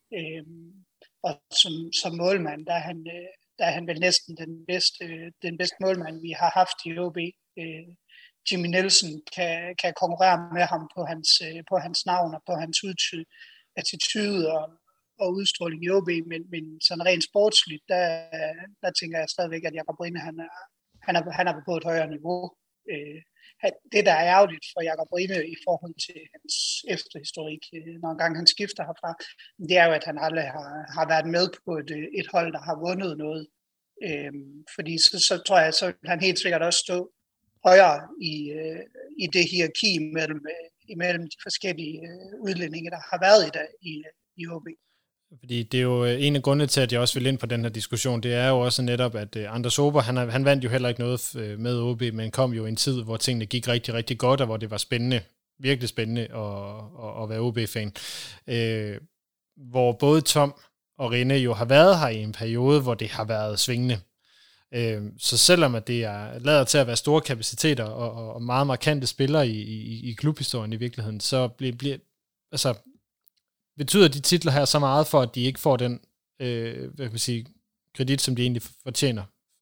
Og som målmand, der er han vel næsten den bedste målmand, vi har haft i OB. Jimmy Nielsen kan konkurrere med ham på hans navn og på hans attitude og udstråling i OB, men sådan rent sportsligt, der tænker jeg stadigvæk, at Jakob Rinde, han er på et højere niveau. Det, der er ærgerligt for Jakob Rinde i forhold til hans efterhistorik, når engang han skifter herfra, det er jo, at han aldrig har været med på et hold, der har vundet noget. Fordi så tror jeg, så vil han helt sikkert også stå højere i det hierarki imellem de forskellige udlændinge, der har været i OB. Fordi det er jo en af grundene til, at jeg også vil ind på den her diskussion, det er jo også netop, at Anders Ober, han vandt jo heller ikke noget med OB, men kom jo i en tid, hvor tingene gik rigtig, rigtig godt, og hvor det var spændende, virkelig spændende at være OB-fan. Hvor både Tom og Rene jo har været her i en periode, hvor det har været svingende. Så selvom at det er lader til at være store kapaciteter og meget markante spillere i klubhistorien i virkeligheden, så altså betyder de titler her så meget for, at de ikke får den kredit, som de egentlig fortjener?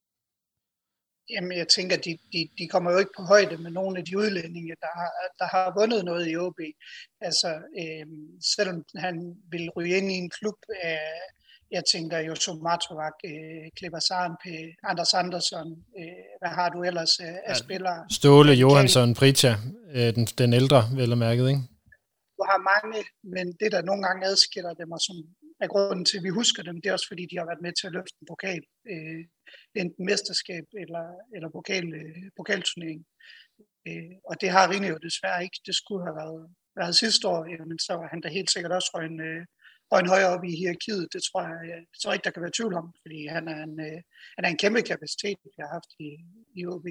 Jamen, jeg tænker, at de kommer jo ikke på højde med nogle af de udlændinge, der har vundet noget i OB. Altså, selvom han vil ryge ind i en klub af, jeg tænker jo Matovac, Kleber Sarnpe, Anders Andersson, hvad har du ellers af spillere? Ståle, Johansson, Pritja, den ældre, vel og mærket, ikke? Du har mange, men det, der nogle gange adskiller dem, og som er grunden til, at vi husker dem, det er også fordi, de har været med til at løfte en pokal. Enten mesterskab eller pokalturnering. Og det har Rine jo desværre ikke. Det skulle have været sidste år, men så var han da helt sikkert også røgn højere op i hierarkiet. Det tror jeg ikke, der kan være tvivl om, fordi han er en kæmpe kapacitet, vi har haft i OB.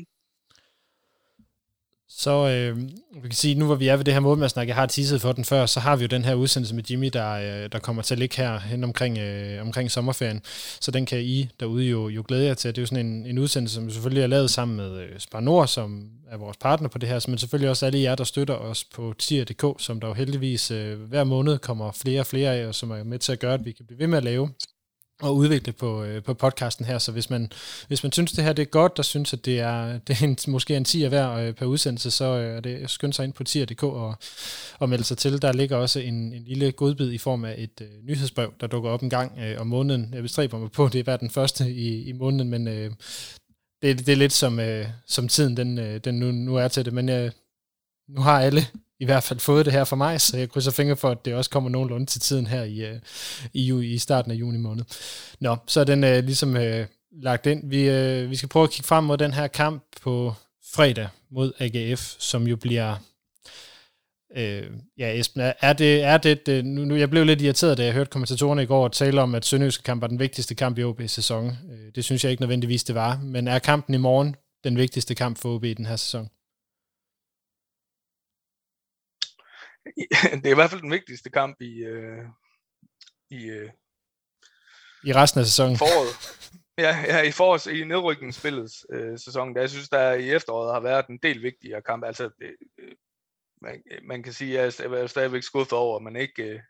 Så vi kan sige, nu hvor vi er ved det her målmandssnak, jeg har teaset for den før, så har vi jo den her udsendelse med Jimmy, der kommer til at ligge her hen omkring sommerferien. Så den kan I derude jo glæde jer til. Det er jo sådan en udsendelse, som selvfølgelig er lavet sammen med Spar Nord, som er vores partner på det her, men selvfølgelig også alle jer, der støtter os på tier.dk, som der jo heldigvis hver måned kommer flere og flere af, og som er med til at gøre, at vi kan blive ved med at lave og udvikle på podcasten her, så hvis man synes, det her det er godt, og synes, at det er måske en 10 hver per udsendelse, så er det skyndt sig ind på tier.dk og melde sig til. Der ligger også en lille godbid i form af et nyhedsbrev, der dukker op en gang om måneden. Jeg bestræber mig på, det er hver den første i måneden, men det er lidt som tiden den nu er til det, men nu har alle i hvert fald fået det her for mig, så jeg krydser fingre for, at det også kommer nogenlunde til tiden her i starten af juni måned. Nå, så er den ligesom lagt ind. Vi skal prøve at kigge frem mod den her kamp på fredag mod AGF, som jo bliver... Esben, er det nu jeg blev lidt irriteret, da jeg hørte kommentatorerne i går tale om, at Sønderjyske kamp var den vigtigste kamp i OB's sæson. Det synes jeg ikke nødvendigvis, det var. Men er kampen i morgen den vigtigste kamp for OB i den her sæson? Det er i hvert fald den vigtigste kamp i resten af sæsonen. Foråret. I nedrykningsspillets sæson. Jeg synes, der i efteråret har været en del vigtigere kamp. Altså man kan sige, at jeg er stadigvæk skuffet over, at man ikke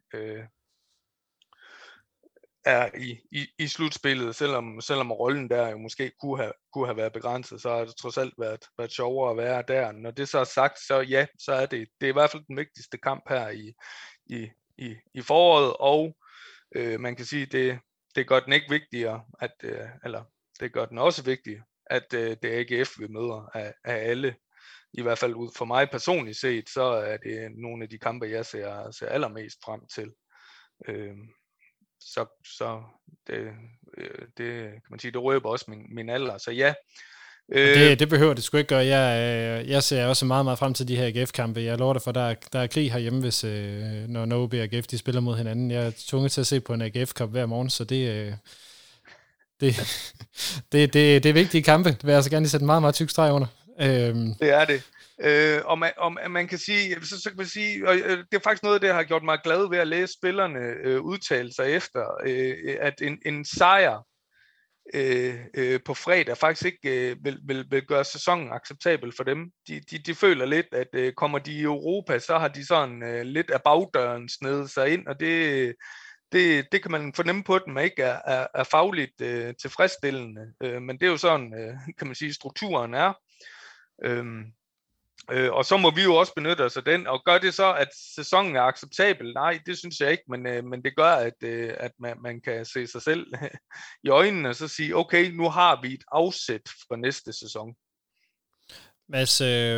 er i slutspillet, selvom rollen der jo måske kunne have været begrænset, så har det trods alt været sjovere at være der. Når det så er sagt, så ja, så er det er i hvert fald den vigtigste kamp her i foråret, og man kan sige, det gør den ikke vigtigere, eller det gør den også vigtigere, at det er AGF, vi møder af alle. I hvert fald ud for mig personligt set, så er det nogle af de kampe, jeg ser allermest frem til. Så det kan man sige, det røber også min alder, så ja. Det behøver det sgu ikke gøre. Jeg ser også meget, meget frem til de her AGF-kampe. Jeg lover dig for, der er krig herhjemme, hvis når OB og AGF de spiller mod hinanden. Jeg er tvunget til at se på en AGF-kamp hver morgen, så det er vigtige kampe. Det vil jeg altså gerne lige sætte en meget, meget tyk streg under. Det er det. Og man kan sige, så kan man sige, og det er faktisk noget af det, der har gjort mig glad ved at læse spillerne udtale sig efter, at en sejr på fredag faktisk ikke vil gøre sæsonen acceptabel for dem. De føler lidt, at kommer de i Europa, så har de sådan lidt af bagdøren snedet sig ind, og det kan man fornemme på dem, ikke er fagligt tilfredsstillende. Men det er jo sådan, kan man sige, strukturen er. Og så må vi jo også benytte os af den, og gør det så, at sæsonen er acceptabel? Nej, det synes jeg ikke, men det gør, at man kan se sig selv i øjnene og så sige, okay, nu har vi et afsæt for næste sæson. Mads,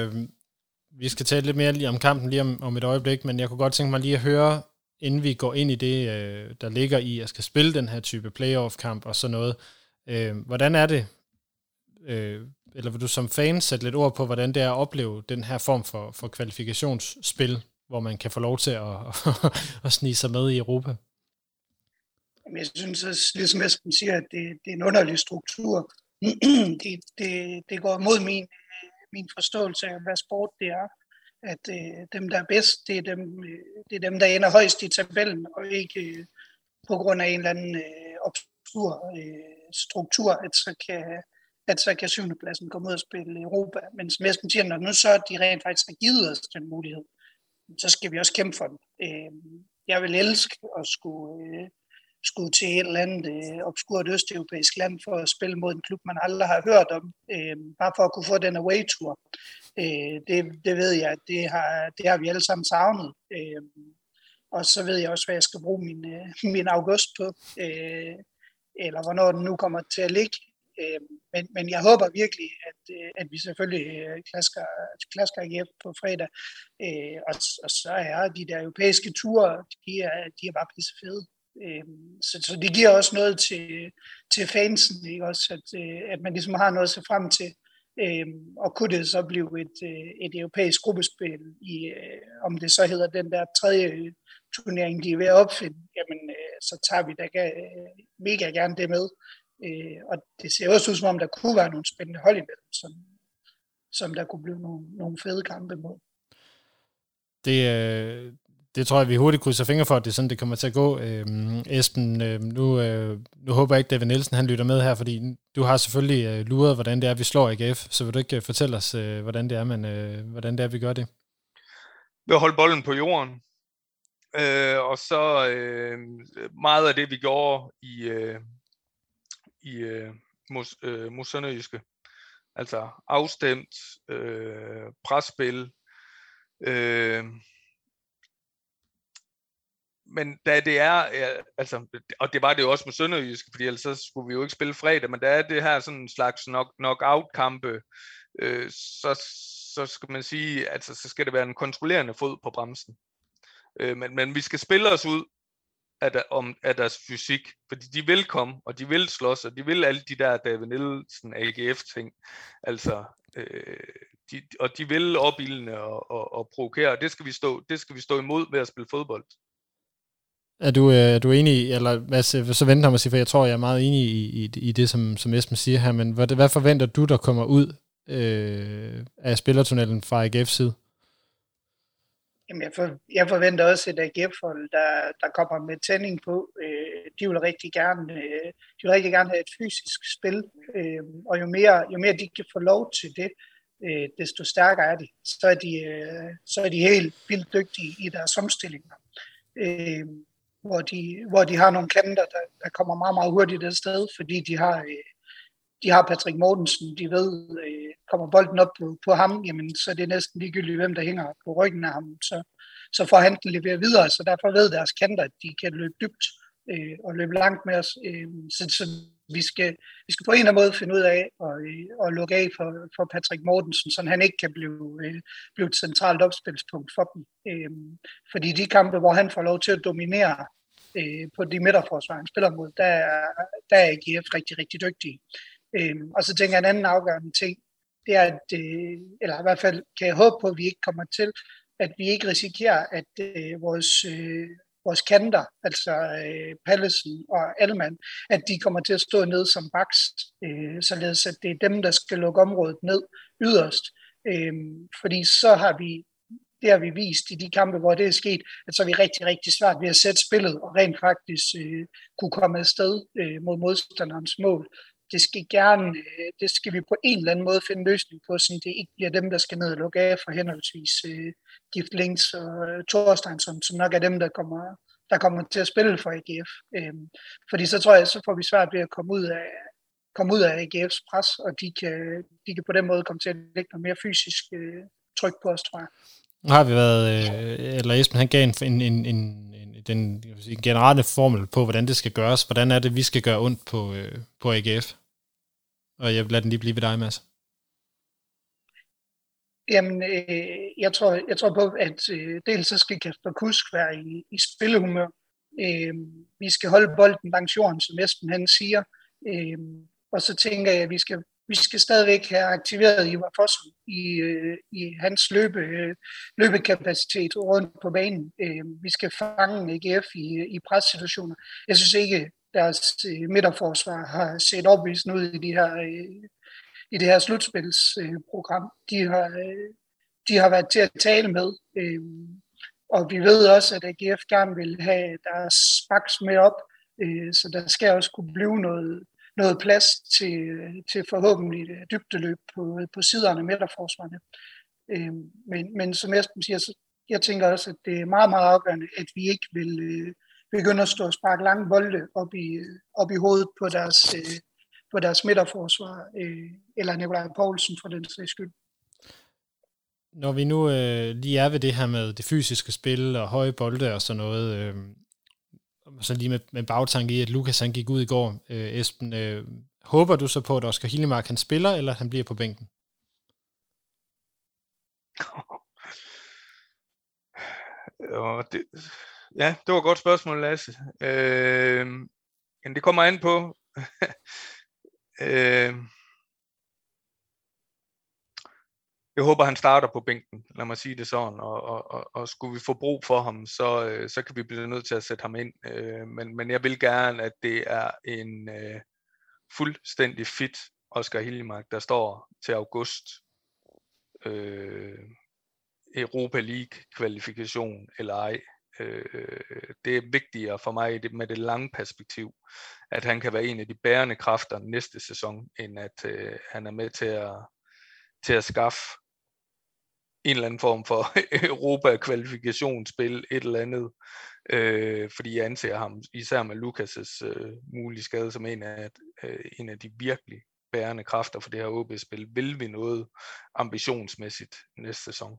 vi skal tale lidt mere lige om kampen lige om et øjeblik, men jeg kunne godt tænke mig lige at høre, inden vi går ind i det, der ligger i at skal spille den her type playoff-kamp og sådan noget, hvordan er det, eller vil du som fan sætte lidt ord på, hvordan det er at opleve den her form for kvalifikationsspil, hvor man kan få lov til at snige sig med i Europa? Jeg synes, ligesom Esben siger, at det er en underlig struktur. Det går mod min forståelse af, hvad sport det er. At dem, der er bedst, det er dem, der ender højst i tabellen, og ikke på grund af en eller anden obskur struktur, at så kan 7. pladsen komme ud og spille Europa. Men som Esben siger, når nu så de rent faktisk har givet os den mulighed, så skal vi også kæmpe for den. Jeg vil elske at skulle til et eller andet obskurt østeuropæisk land for at spille mod en klub, man aldrig har hørt om, bare for at kunne få den away-tour. Det ved jeg, at det har vi alle sammen savnet. Og så ved jeg også, hvad jeg skal bruge min august på, eller hvornår den nu kommer til at ligge. Men jeg håber virkelig, at vi selvfølgelig klasker AGF på fredag. Og så er de der europæiske ture, de er bare pisse fede. Så det giver også noget til fansen, ikke? Også at man ligesom har noget at se frem til. Og kunne det så blive et europæisk gruppespil, om det så hedder den der tredje turnering, de er ved at opfinde, jamen så tager vi da mega gerne det med. Og det ser også ud som om, der kunne være nogle spændende hold imellem, som der kunne blive nogle fede kampe mod. Det tror jeg, vi hurtigt krydser fingre for, at det er sådan, det kommer til at gå. Esben, nu håber jeg ikke, David Nielsen han lytter med her, fordi du har selvfølgelig luret, hvordan det er, vi slår AGF, så vil du ikke fortælle os, hvordan det er, vi gør det? Vi holder bolden på jorden, og så meget af det, vi gjorde mod Sønderjyske, altså afstemt, presspil, men da det er, altså, og det var det jo også med Sønderjyske, fordi ellers så skulle vi jo ikke spille fredag, men der er det her sådan en slags knock-out-kampe, så skal man sige, altså så skal det være en kontrollerende fod på bremsen. Men vi skal spille os ud af deres fysik, fordi de vil komme, og de vil slås, og de vil alle de der David Nielsen AGF-ting, altså, og de vil opildne og provokere, og det skal vi stå imod ved at spille fodbold. Er du enig, eller så venter mig at sige, for jeg tror, jeg er meget enig i det, som Esben siger her, men hvad forventer du, der kommer ud af spillertunnelen fra AGF's side? Jamen, jeg forventer også et AGF-hold, der kommer med tænding på. De vil rigtig gerne have et fysisk spil, og jo mere de kan få lov til det, desto stærkere er de. Så er de helt vildt dygtige i deres omstillinger. Hvor de har nogle kanter, der kommer meget, meget hurtigt afsted, fordi de har Patrick Mortensen, de ved, kommer bolden op på ham, jamen, så er det næsten ligegyldigt, hvem der hænger på ryggen af ham. Så får han den leveret videre, så derfor ved deres kanter, at de kan løbe dybt og løbe langt med os. Så vi skal på en eller anden måde finde ud af at lukke af for Patrick Mortensen, så han ikke kan blive et centralt opspilspunkt for dem. Fordi de kampe, hvor han får lov til at dominere på de midterforsvar, han spiller mod, der er AGF rigtig, rigtig dygtige. Og så tænker jeg en anden afgørende ting, det er, at, eller i hvert fald kan jeg håbe på, at vi ikke kommer til, at vi ikke risikerer, at vores kanter, altså Pallesen og Allemand, at de kommer til at stå ned som backs, således at det er dem, der skal lukke området ned yderst. Fordi så har vi vist i de kampe, hvor det er sket, at så er vi rigtig, rigtig svært ved at sætte spillet og rent faktisk kunne komme afsted mod modstanderens mål. Det skal vi på en eller anden måde finde løsning på, så det ikke bliver dem, der skal ned og lukke af for henholdsvis Gift Links og Thorsteinsson, som nok er dem, der kommer til at spille for AGF. Fordi så tror jeg, så får vi svært ved at komme ud af AGF's pres, og de kan på den måde komme til at lægge noget mere fysisk tryk på os, tror jeg. Nu har vi været, eller Esben, han gav den generelle formel på, hvordan det skal gøres. Hvordan er det, vi skal gøre ondt på AGF? Og jeg vil lade den lige blive ved dig, Mads. Jamen, jeg tror på, at dels så skal Kasper Kusk være i spillehumør. Vi skal holde bolden langs jorden, som Esben han siger. Og så tænker jeg, at vi skal stadigvæk have aktiveret Ivar Fossum i hans løbekapacitet rundt på banen. Vi skal fange AGF i pressituationer. Jeg synes ikke, deres midterforsvar har set opvisende ud i det her slutspilsprogram. De har været til at tale med. Og vi ved også, at AGF gerne vil have deres backs med op. Så der skal også kunne blive noget plads til forhåbentlig dybdeløb på siderne af midterforsvarene. Men som Esben siger, så jeg tænker også, at det er meget, meget afgørende, at vi ikke vil begynde at stå og sparke lange bolde op i hovedet på deres midterforsvar, eller Nikolaj Poulsen for den sags skyld. Når vi nu lige er ved det her med det fysiske spil og høje bolde og sådan noget, så lige med bagtanke i, at Lukas han gik ud i går. Esben, håber du så på, at Oscar Hillemark han spiller, eller han bliver på bænken? Det var et godt spørgsmål, Lasse. Men det kommer an på. Jeg håber, han starter på bænken, lad mig sige det sådan, og skulle vi få brug for ham, så kan vi blive nødt til at sætte ham ind. Men jeg vil gerne, at det er en fuldstændig fit Oscar Hillemark, der står til august. Europa League kvalifikation eller ej. Det er vigtigere for mig med det lange perspektiv, at han kan være en af de bærende kræfter næste sæson, end at han er med til at skaffe en eller anden form for Europa-kvalifikationsspil, et eller andet, fordi jeg anser ham, især med Lukas' mulige skade, som en af de virkelig bærende kræfter for det her OB-spil. Vil vi noget ambitionsmæssigt næste sæson?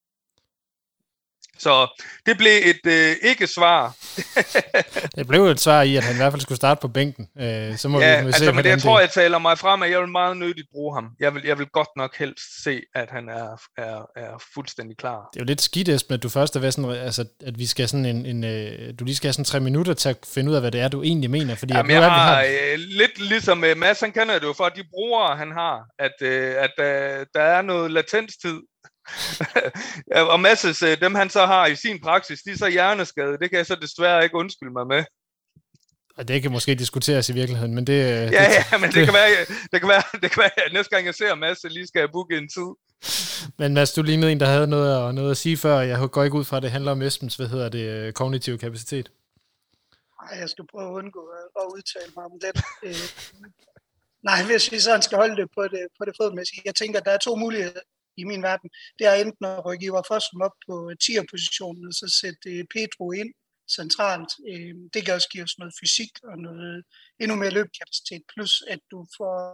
Så det blev et ikke-svar. Det blev et svar i, at han i hvert fald skulle starte på bænken. Så må vi se, men jeg tror, jeg taler mig frem, at jeg vil meget nødigt bruge ham. Jeg vil godt nok helst se, at han er fuldstændig klar. Det er jo lidt skidt, Esben, at du først er ved sådan, altså, at vi skal sådan du lige skal have sådan 3 minutter til at finde ud af, hvad det er, du egentlig mener. Fordi jamen, jeg har lidt ligesom Mads, han kender det jo for, at de brugere, han har, at der er noget latenstid. Og Masses, dem han så har i sin praksis, de er så hjerneskade. Det kan jeg så desværre ikke undskylde mig med. Og det kan måske diskuteres i virkeligheden, men det... Men det kan være, at næste gang jeg ser Mads, lige skal jeg booke en tid. Men Mads, du lignede en, der havde noget at sige før. Jeg går ikke ud fra, at det handler om Esbens, kognitive kapacitet. Nej, jeg skal prøve at undgå at udtale mig om det. Nej, hvis vi sådan skal holde det på det fodmæssige. Jeg tænker, at der er 2 muligheder. i min verden, det er enten at rykke Ivar Fossum op på 10'er-positionen, og så sætte Pedro ind centralt. Det kan også give os noget fysik og noget endnu mere løbekapacitet, plus at du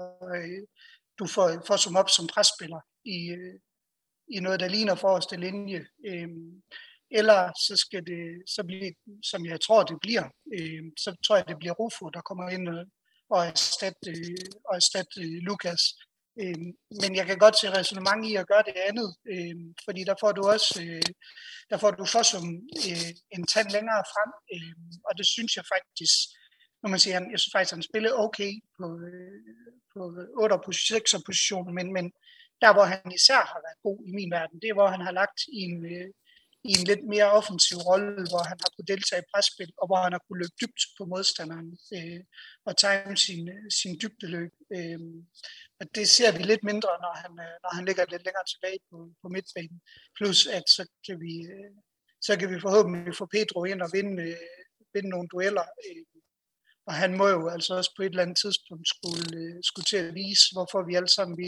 får Fossum op som presspiller i noget, der ligner forreste linje. Eller så skal det så blive, som jeg tror, det bliver, så tror jeg, det bliver Rufo, der kommer ind og erstatte Lukas. Men jeg kan godt se ræsonnement i at gøre det andet, fordi der får du Fossum en tand længere frem, og det synes jeg faktisk, når man siger, jeg synes faktisk, han spiller okay på 8'er position, men der, hvor han især har været god i min verden, det er, hvor han har lagt i en lidt mere offensiv rolle, hvor han har kunnet deltage i presspil, og hvor han har kunnet løbe dybt på modstanderen og time sin dybdeløb. Og det ser vi lidt mindre, når han ligger lidt længere tilbage på midtbanen. Plus at så kan vi forhåbentlig få Pedro ind og vinde nogle dueller. Og han må jo altså også på et eller andet tidspunkt skulle til at vise, hvorfor vi alle sammen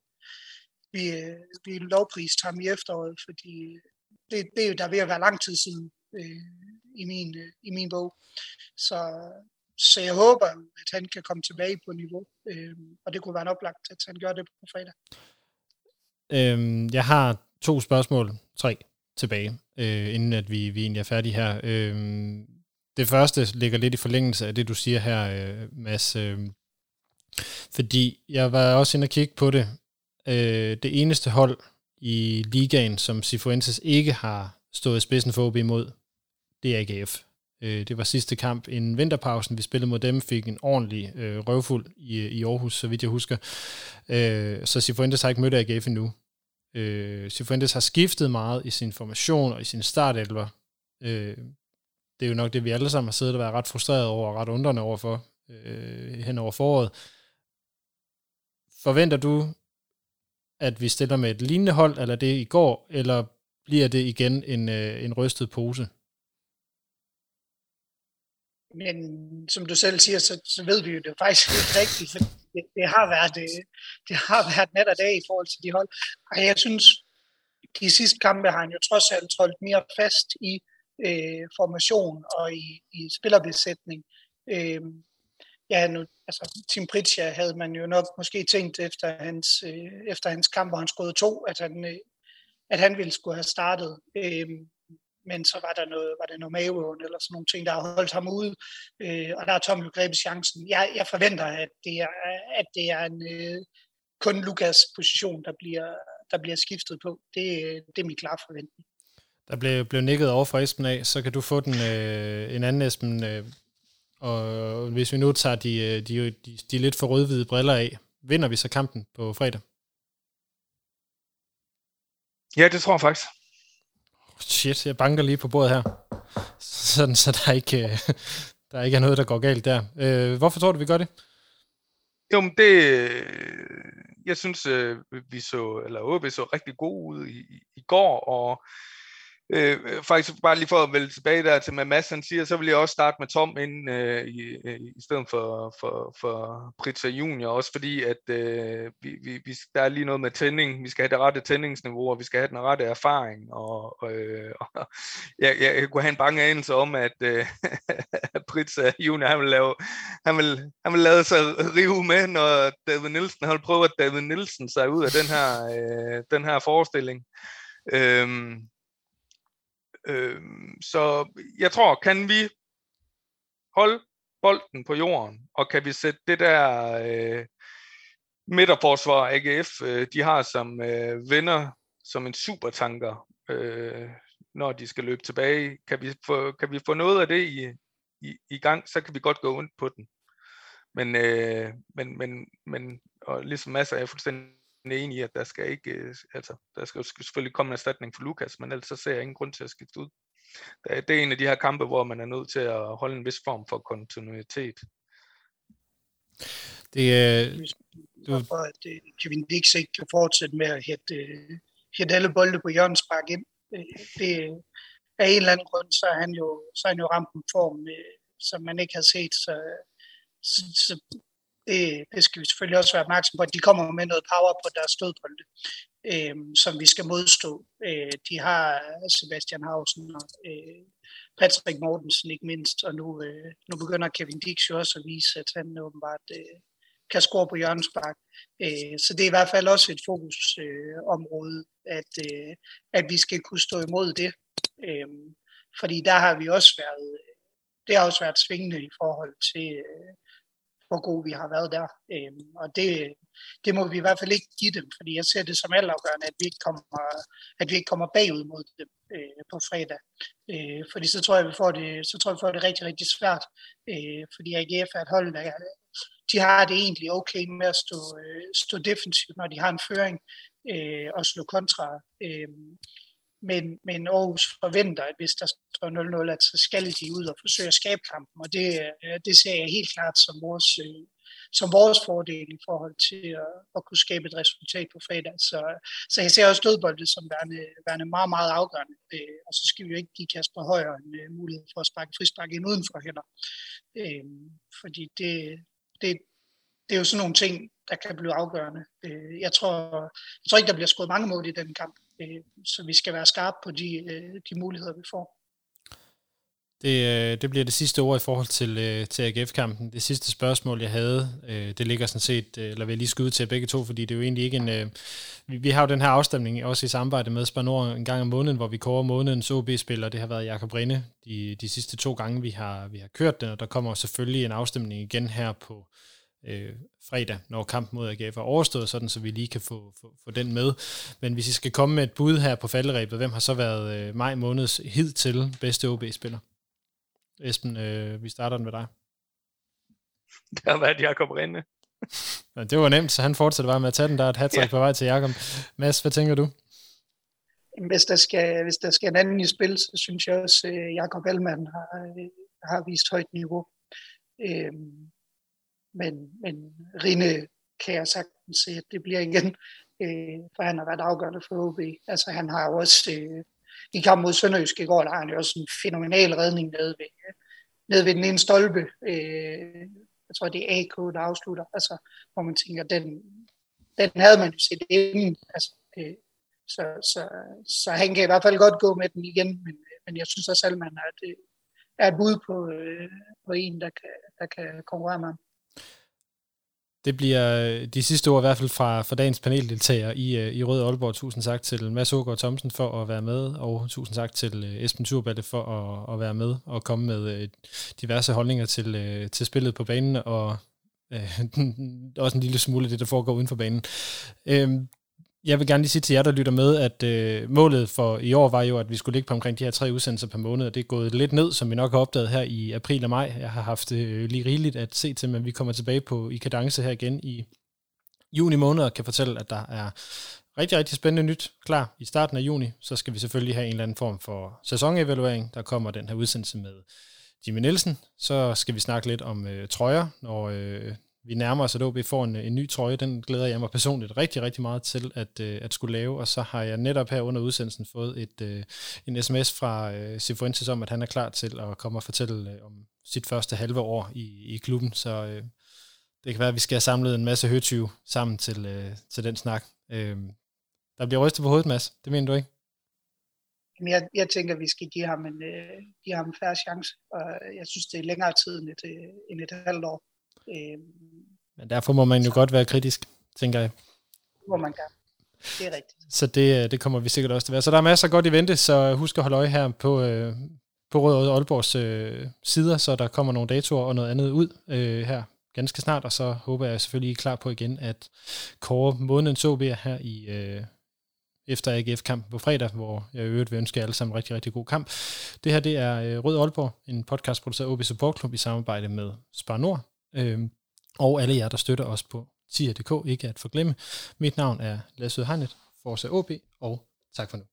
vi lovpriste ham i efteråret, fordi det er jo der ved at være lang tid siden i min bog. Så jeg håber, at han kan komme tilbage på niveau, og det kunne være en oplagt, at han gør det på fredag. Jeg har 2 spørgsmål, 3 tilbage, inden at vi egentlig er færdige her. Det første ligger lidt i forlængelse af det, du siger her, Mads. Fordi jeg var også inde og kigge på det. Det eneste hold i ligaen, som Cifuentes ikke har stået i spidsen for OB imod, det er AGF. Det var sidste kamp inden vinterpausen. Vi spillede mod dem, fik en ordentlig røvfuld i Aarhus, så vidt jeg husker. Så Cifuentes har ikke mødt AGF endnu. Cifuentes har skiftet meget i sin formation og i sin startelver. Det er jo nok det, vi alle sammen har siddet og været ret frustreret over og ret undrende overfor hen over foråret. Forventer du, at vi stiller med et lignende hold, eller det i går, eller bliver det igen en rystet pose? Men som du selv siger, så ved vi jo det faktisk ikke rigtigt, for det har været nat og dag i forhold til de hold. Og jeg synes, de sidste kampe har han jo trods alt holdt mere fast i formation og i spillerbesætning. Tim Pritchard havde man jo nok måske tænkt efter hans kamp, hvor han scorede 2, at han ville skulle have startet. Men så var det noget maveånd eller sådan nogle ting, der har holdt ham ude. Og der har Tom jo grebet chancen. Jeg forventer, at det er en kun Lukas position, der bliver skiftet på. Det er min klare forventning. Der blev nikket over fra Esben af, så kan du få den en anden Esben. Og hvis vi nu tager de lidt for rødhvide briller af, vinder vi så kampen på fredag? Ja, det tror jeg faktisk. Shit, jeg banker lige på bordet her. Sådan, så der ikke er noget, der går galt der. Hvorfor tror du, vi gør det? Jo, men jeg synes, OB så rigtig god ud i går, og faktisk bare lige for at vælge tilbage der til, hvad Mads han siger, så vil jeg også starte med Tom ind i stedet for Pritza Junior, også fordi at der er lige noget med tænding. Vi skal have det rette tændingsniveau, og vi skal have den rette erfaring, og jeg kunne have en bange anelse om, at Pritza Junior han vil lade sig rive med, når David Nielsen har prøvet at David Nielsen sig ud af den her forestilling. Så jeg tror, kan vi holde bolden på jorden, og kan vi sætte det der midterforsvar AGF, de har som vinder som en supertanker, når de skal løbe tilbage, kan vi få noget af det i gang, så kan vi godt gå ondt på den. Men og ligesom masser er jeg fuldstændig enig i, at der skal selvfølgelig komme en erstatning for Lukas, men ellers så ser jeg ingen grund til at skifte ud. Det er en af de her kampe, hvor man er nødt til at holde en vis form for kontinuitet. For at Kevin Dix ikke kan fortsætte med at hætte alle bolde på hjørnespark ind. Det af en eller anden grund, så er han jo ramt en form, som man ikke har set, så det skal vi selvfølgelig også være opmærksom på, at de kommer med noget power på deres stødbolde. som vi skal modstå. De har Sebastian Hausen og Patrick Mortensen ikke mindst, og nu begynder Kevin Dix jo også at vise, at han åbenbart kan score på hjørnespark. Så det er i hvert fald også et fokusområde, at vi skal kunne stå imod det. Fordi der har vi også været svingende i forhold til, hvor gode vi har været der. Og det må vi i hvert fald ikke give dem, fordi jeg ser det som altafgørende, at vi ikke kommer bagud mod dem på fredag. Fordi så tror jeg, vi får det rigtig, rigtig svært. Fordi AGF er et hold, der de har det egentlig okay med at stå defensivt, når de har en føring og slå kontra. Men Aarhus forventer, at hvis der står 0-0, at så skal de ud og forsøge at skabe kampen, og det ser jeg helt klart som vores fordel i forhold til at kunne skabe et resultat på fredag. Så jeg ser også dødboldet som værende meget, meget afgørende, og så skal vi jo ikke give Kasper Højer en mulighed for at sparke frispark ind udenfor heller. Fordi det er jo sådan nogle ting, der kan blive afgørende. Jeg tror ikke, der bliver scoret mange mål i den kamp, så vi skal være skarpe på de muligheder, vi får. Det bliver det sidste ord i forhold til AGF-kampen. Det sidste spørgsmål, jeg havde, det ligger sådan set, eller vil jeg lige skyde til begge to, fordi det er jo egentlig ikke en... Vi har jo den her afstemning også i samarbejde med Spar Nord en gang om måneden, hvor vi kårer månedens OB-spiller. Det har været Jakob Rinde de sidste 2 gange, vi har kørt den, og der kommer selvfølgelig en afstemning igen her på fredag, når kampen mod AGF er overstået, sådan så vi lige kan få den med. Men hvis I skal komme med et bud her på falderebet, hvem har så været maj måneds hidtil bedste OB-spiller? Esben, vi starter den med dig. Det har været Jakob Rinde. Ja, det var nemt, så han fortsætter bare med at tage den. Der er et hat-trick på vej til Jakob. Mads, hvad tænker du? Hvis der skal en anden i spil, så synes jeg også, at Jakob Ellemann har vist højt niveau. Men Rine kan jeg sagtens se, at det bliver igen, for han har været afgørende for OB. Altså han har også i kampen mod Sønderjysk i går, der har han jo også en fænomenal redning nede ved den ene stolpe. Jeg tror, det er AK, der afslutter. Altså, hvor man tænker, den havde man jo set inden. Altså, så han kan i hvert fald godt gå med den igen, men jeg synes også, at man er et bud på en, der kan konkurrere med ham. Det bliver de sidste ord i hvert fald fra dagens paneldeltager i Rød Aalborg. Tusind tak til Mads Aagaard Thomsen for at være med, og tusind tak til Esben Turballe for at være med og komme med diverse holdninger til spillet på banen, og også en lille smule af det, der foregår uden for banen. Jeg vil gerne lige sige til jer, der lytter med, at målet for i år var jo, at vi skulle ligge på omkring de her 3 udsendelser per måned, og det er gået lidt ned, som vi nok har opdaget her i april og maj. Jeg har haft lige rigeligt at se til, men vi kommer tilbage i kadence her igen i juni måned, og kan fortælle, at der er rigtig, rigtig spændende nyt klar i starten af juni. Så skal vi selvfølgelig have en eller anden form for sæsonevaluering. Der kommer den her udsendelse med Jimmy Nielsen. Så skal vi snakke lidt om trøjer, når vi nærmer os, at OB får en ny trøje. Den glæder jeg mig personligt rigtig, rigtig meget til at skulle lave. Og så har jeg netop her under udsendelsen fået en sms fra Cifuentes om, at han er klar til at komme og fortælle om sit første halve år i klubben. Så det kan være, at vi skal have samlet en masse høtyve sammen til den snak. Der bliver rystet på hovedet, Mads. Det mener du ikke? Jeg tænker, at vi skal give ham en fair chance. Og jeg synes, det er længere tid end et halvt år. Men derfor må man jo godt være kritisk, tænker jeg. Hvor man kan. Det er rigtigt. Så det kommer vi sikkert også til at være. Så der er masser af godt i vente, så husk at holde øje her på Rød Aalborgs sider, så der kommer nogle datoer og noget andet ud her ganske snart, og så håber jeg selvfølgelig, I er klar på igen at kåre månedens OB her efter AGF-kampen på fredag, hvor jeg i øvrigt vil ønske jer alle sammen en rigtig, rigtig god kamp. Det her, det er Rød Aalborg, en podcast produceret OB Support Club i samarbejde med Spar Nord. Og alle jer, der støtter os på tier.dk, ikke at forglemme. Mit navn er Lasse Hegnet, Forza OB, og tak for nu.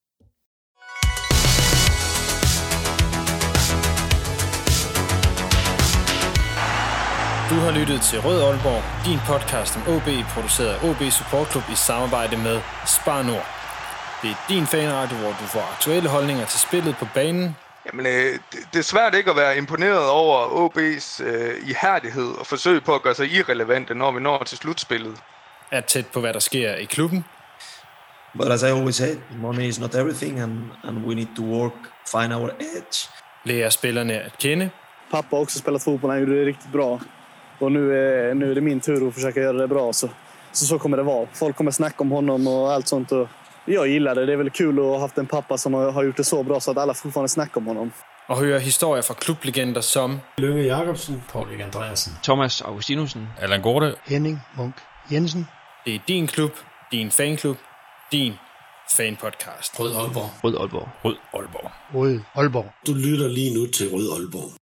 Du har lyttet til Rød Aalborg, din podcast om OB, produceret af OB Support Club i samarbejde med Spar Nord. Det er din fanradio, hvor du får aktuelle holdninger til spillet på banen. Jamen, det er svært ikke at være imponeret over OB's ihærdighed og forsøg på at gøre sig irrelevante, når vi når til slutspillet. Er tæt på, hvad der sker i klubben. But as I always say, money is not everything, and we need to work, find our edge. Lærer spillerne at kende. Pappa har också spelat fotboll, han gjorde det riktigt bra. Och nu är det min tur att försöka göra det bra. Så kommer det vara. Folk kommer snacka om honom och allt sånt. Och jag gillar det. Det är väl kul att ha haft en pappa som har gjort det så bra så att alla fortfarande snackar om honom. Og høre historier fra klublegender som Lønge Jacobsen, Paul Erik Andreasen, Thomas Augustinussen, Allan Gorte, Henning Munk Jensen. Det er din klub, din fanklub, din fanpodcast. Rød Aalborg. Rød Aalborg. Rød Aalborg. Rød Aalborg. Du lytter lige nu til Rød Aalborg.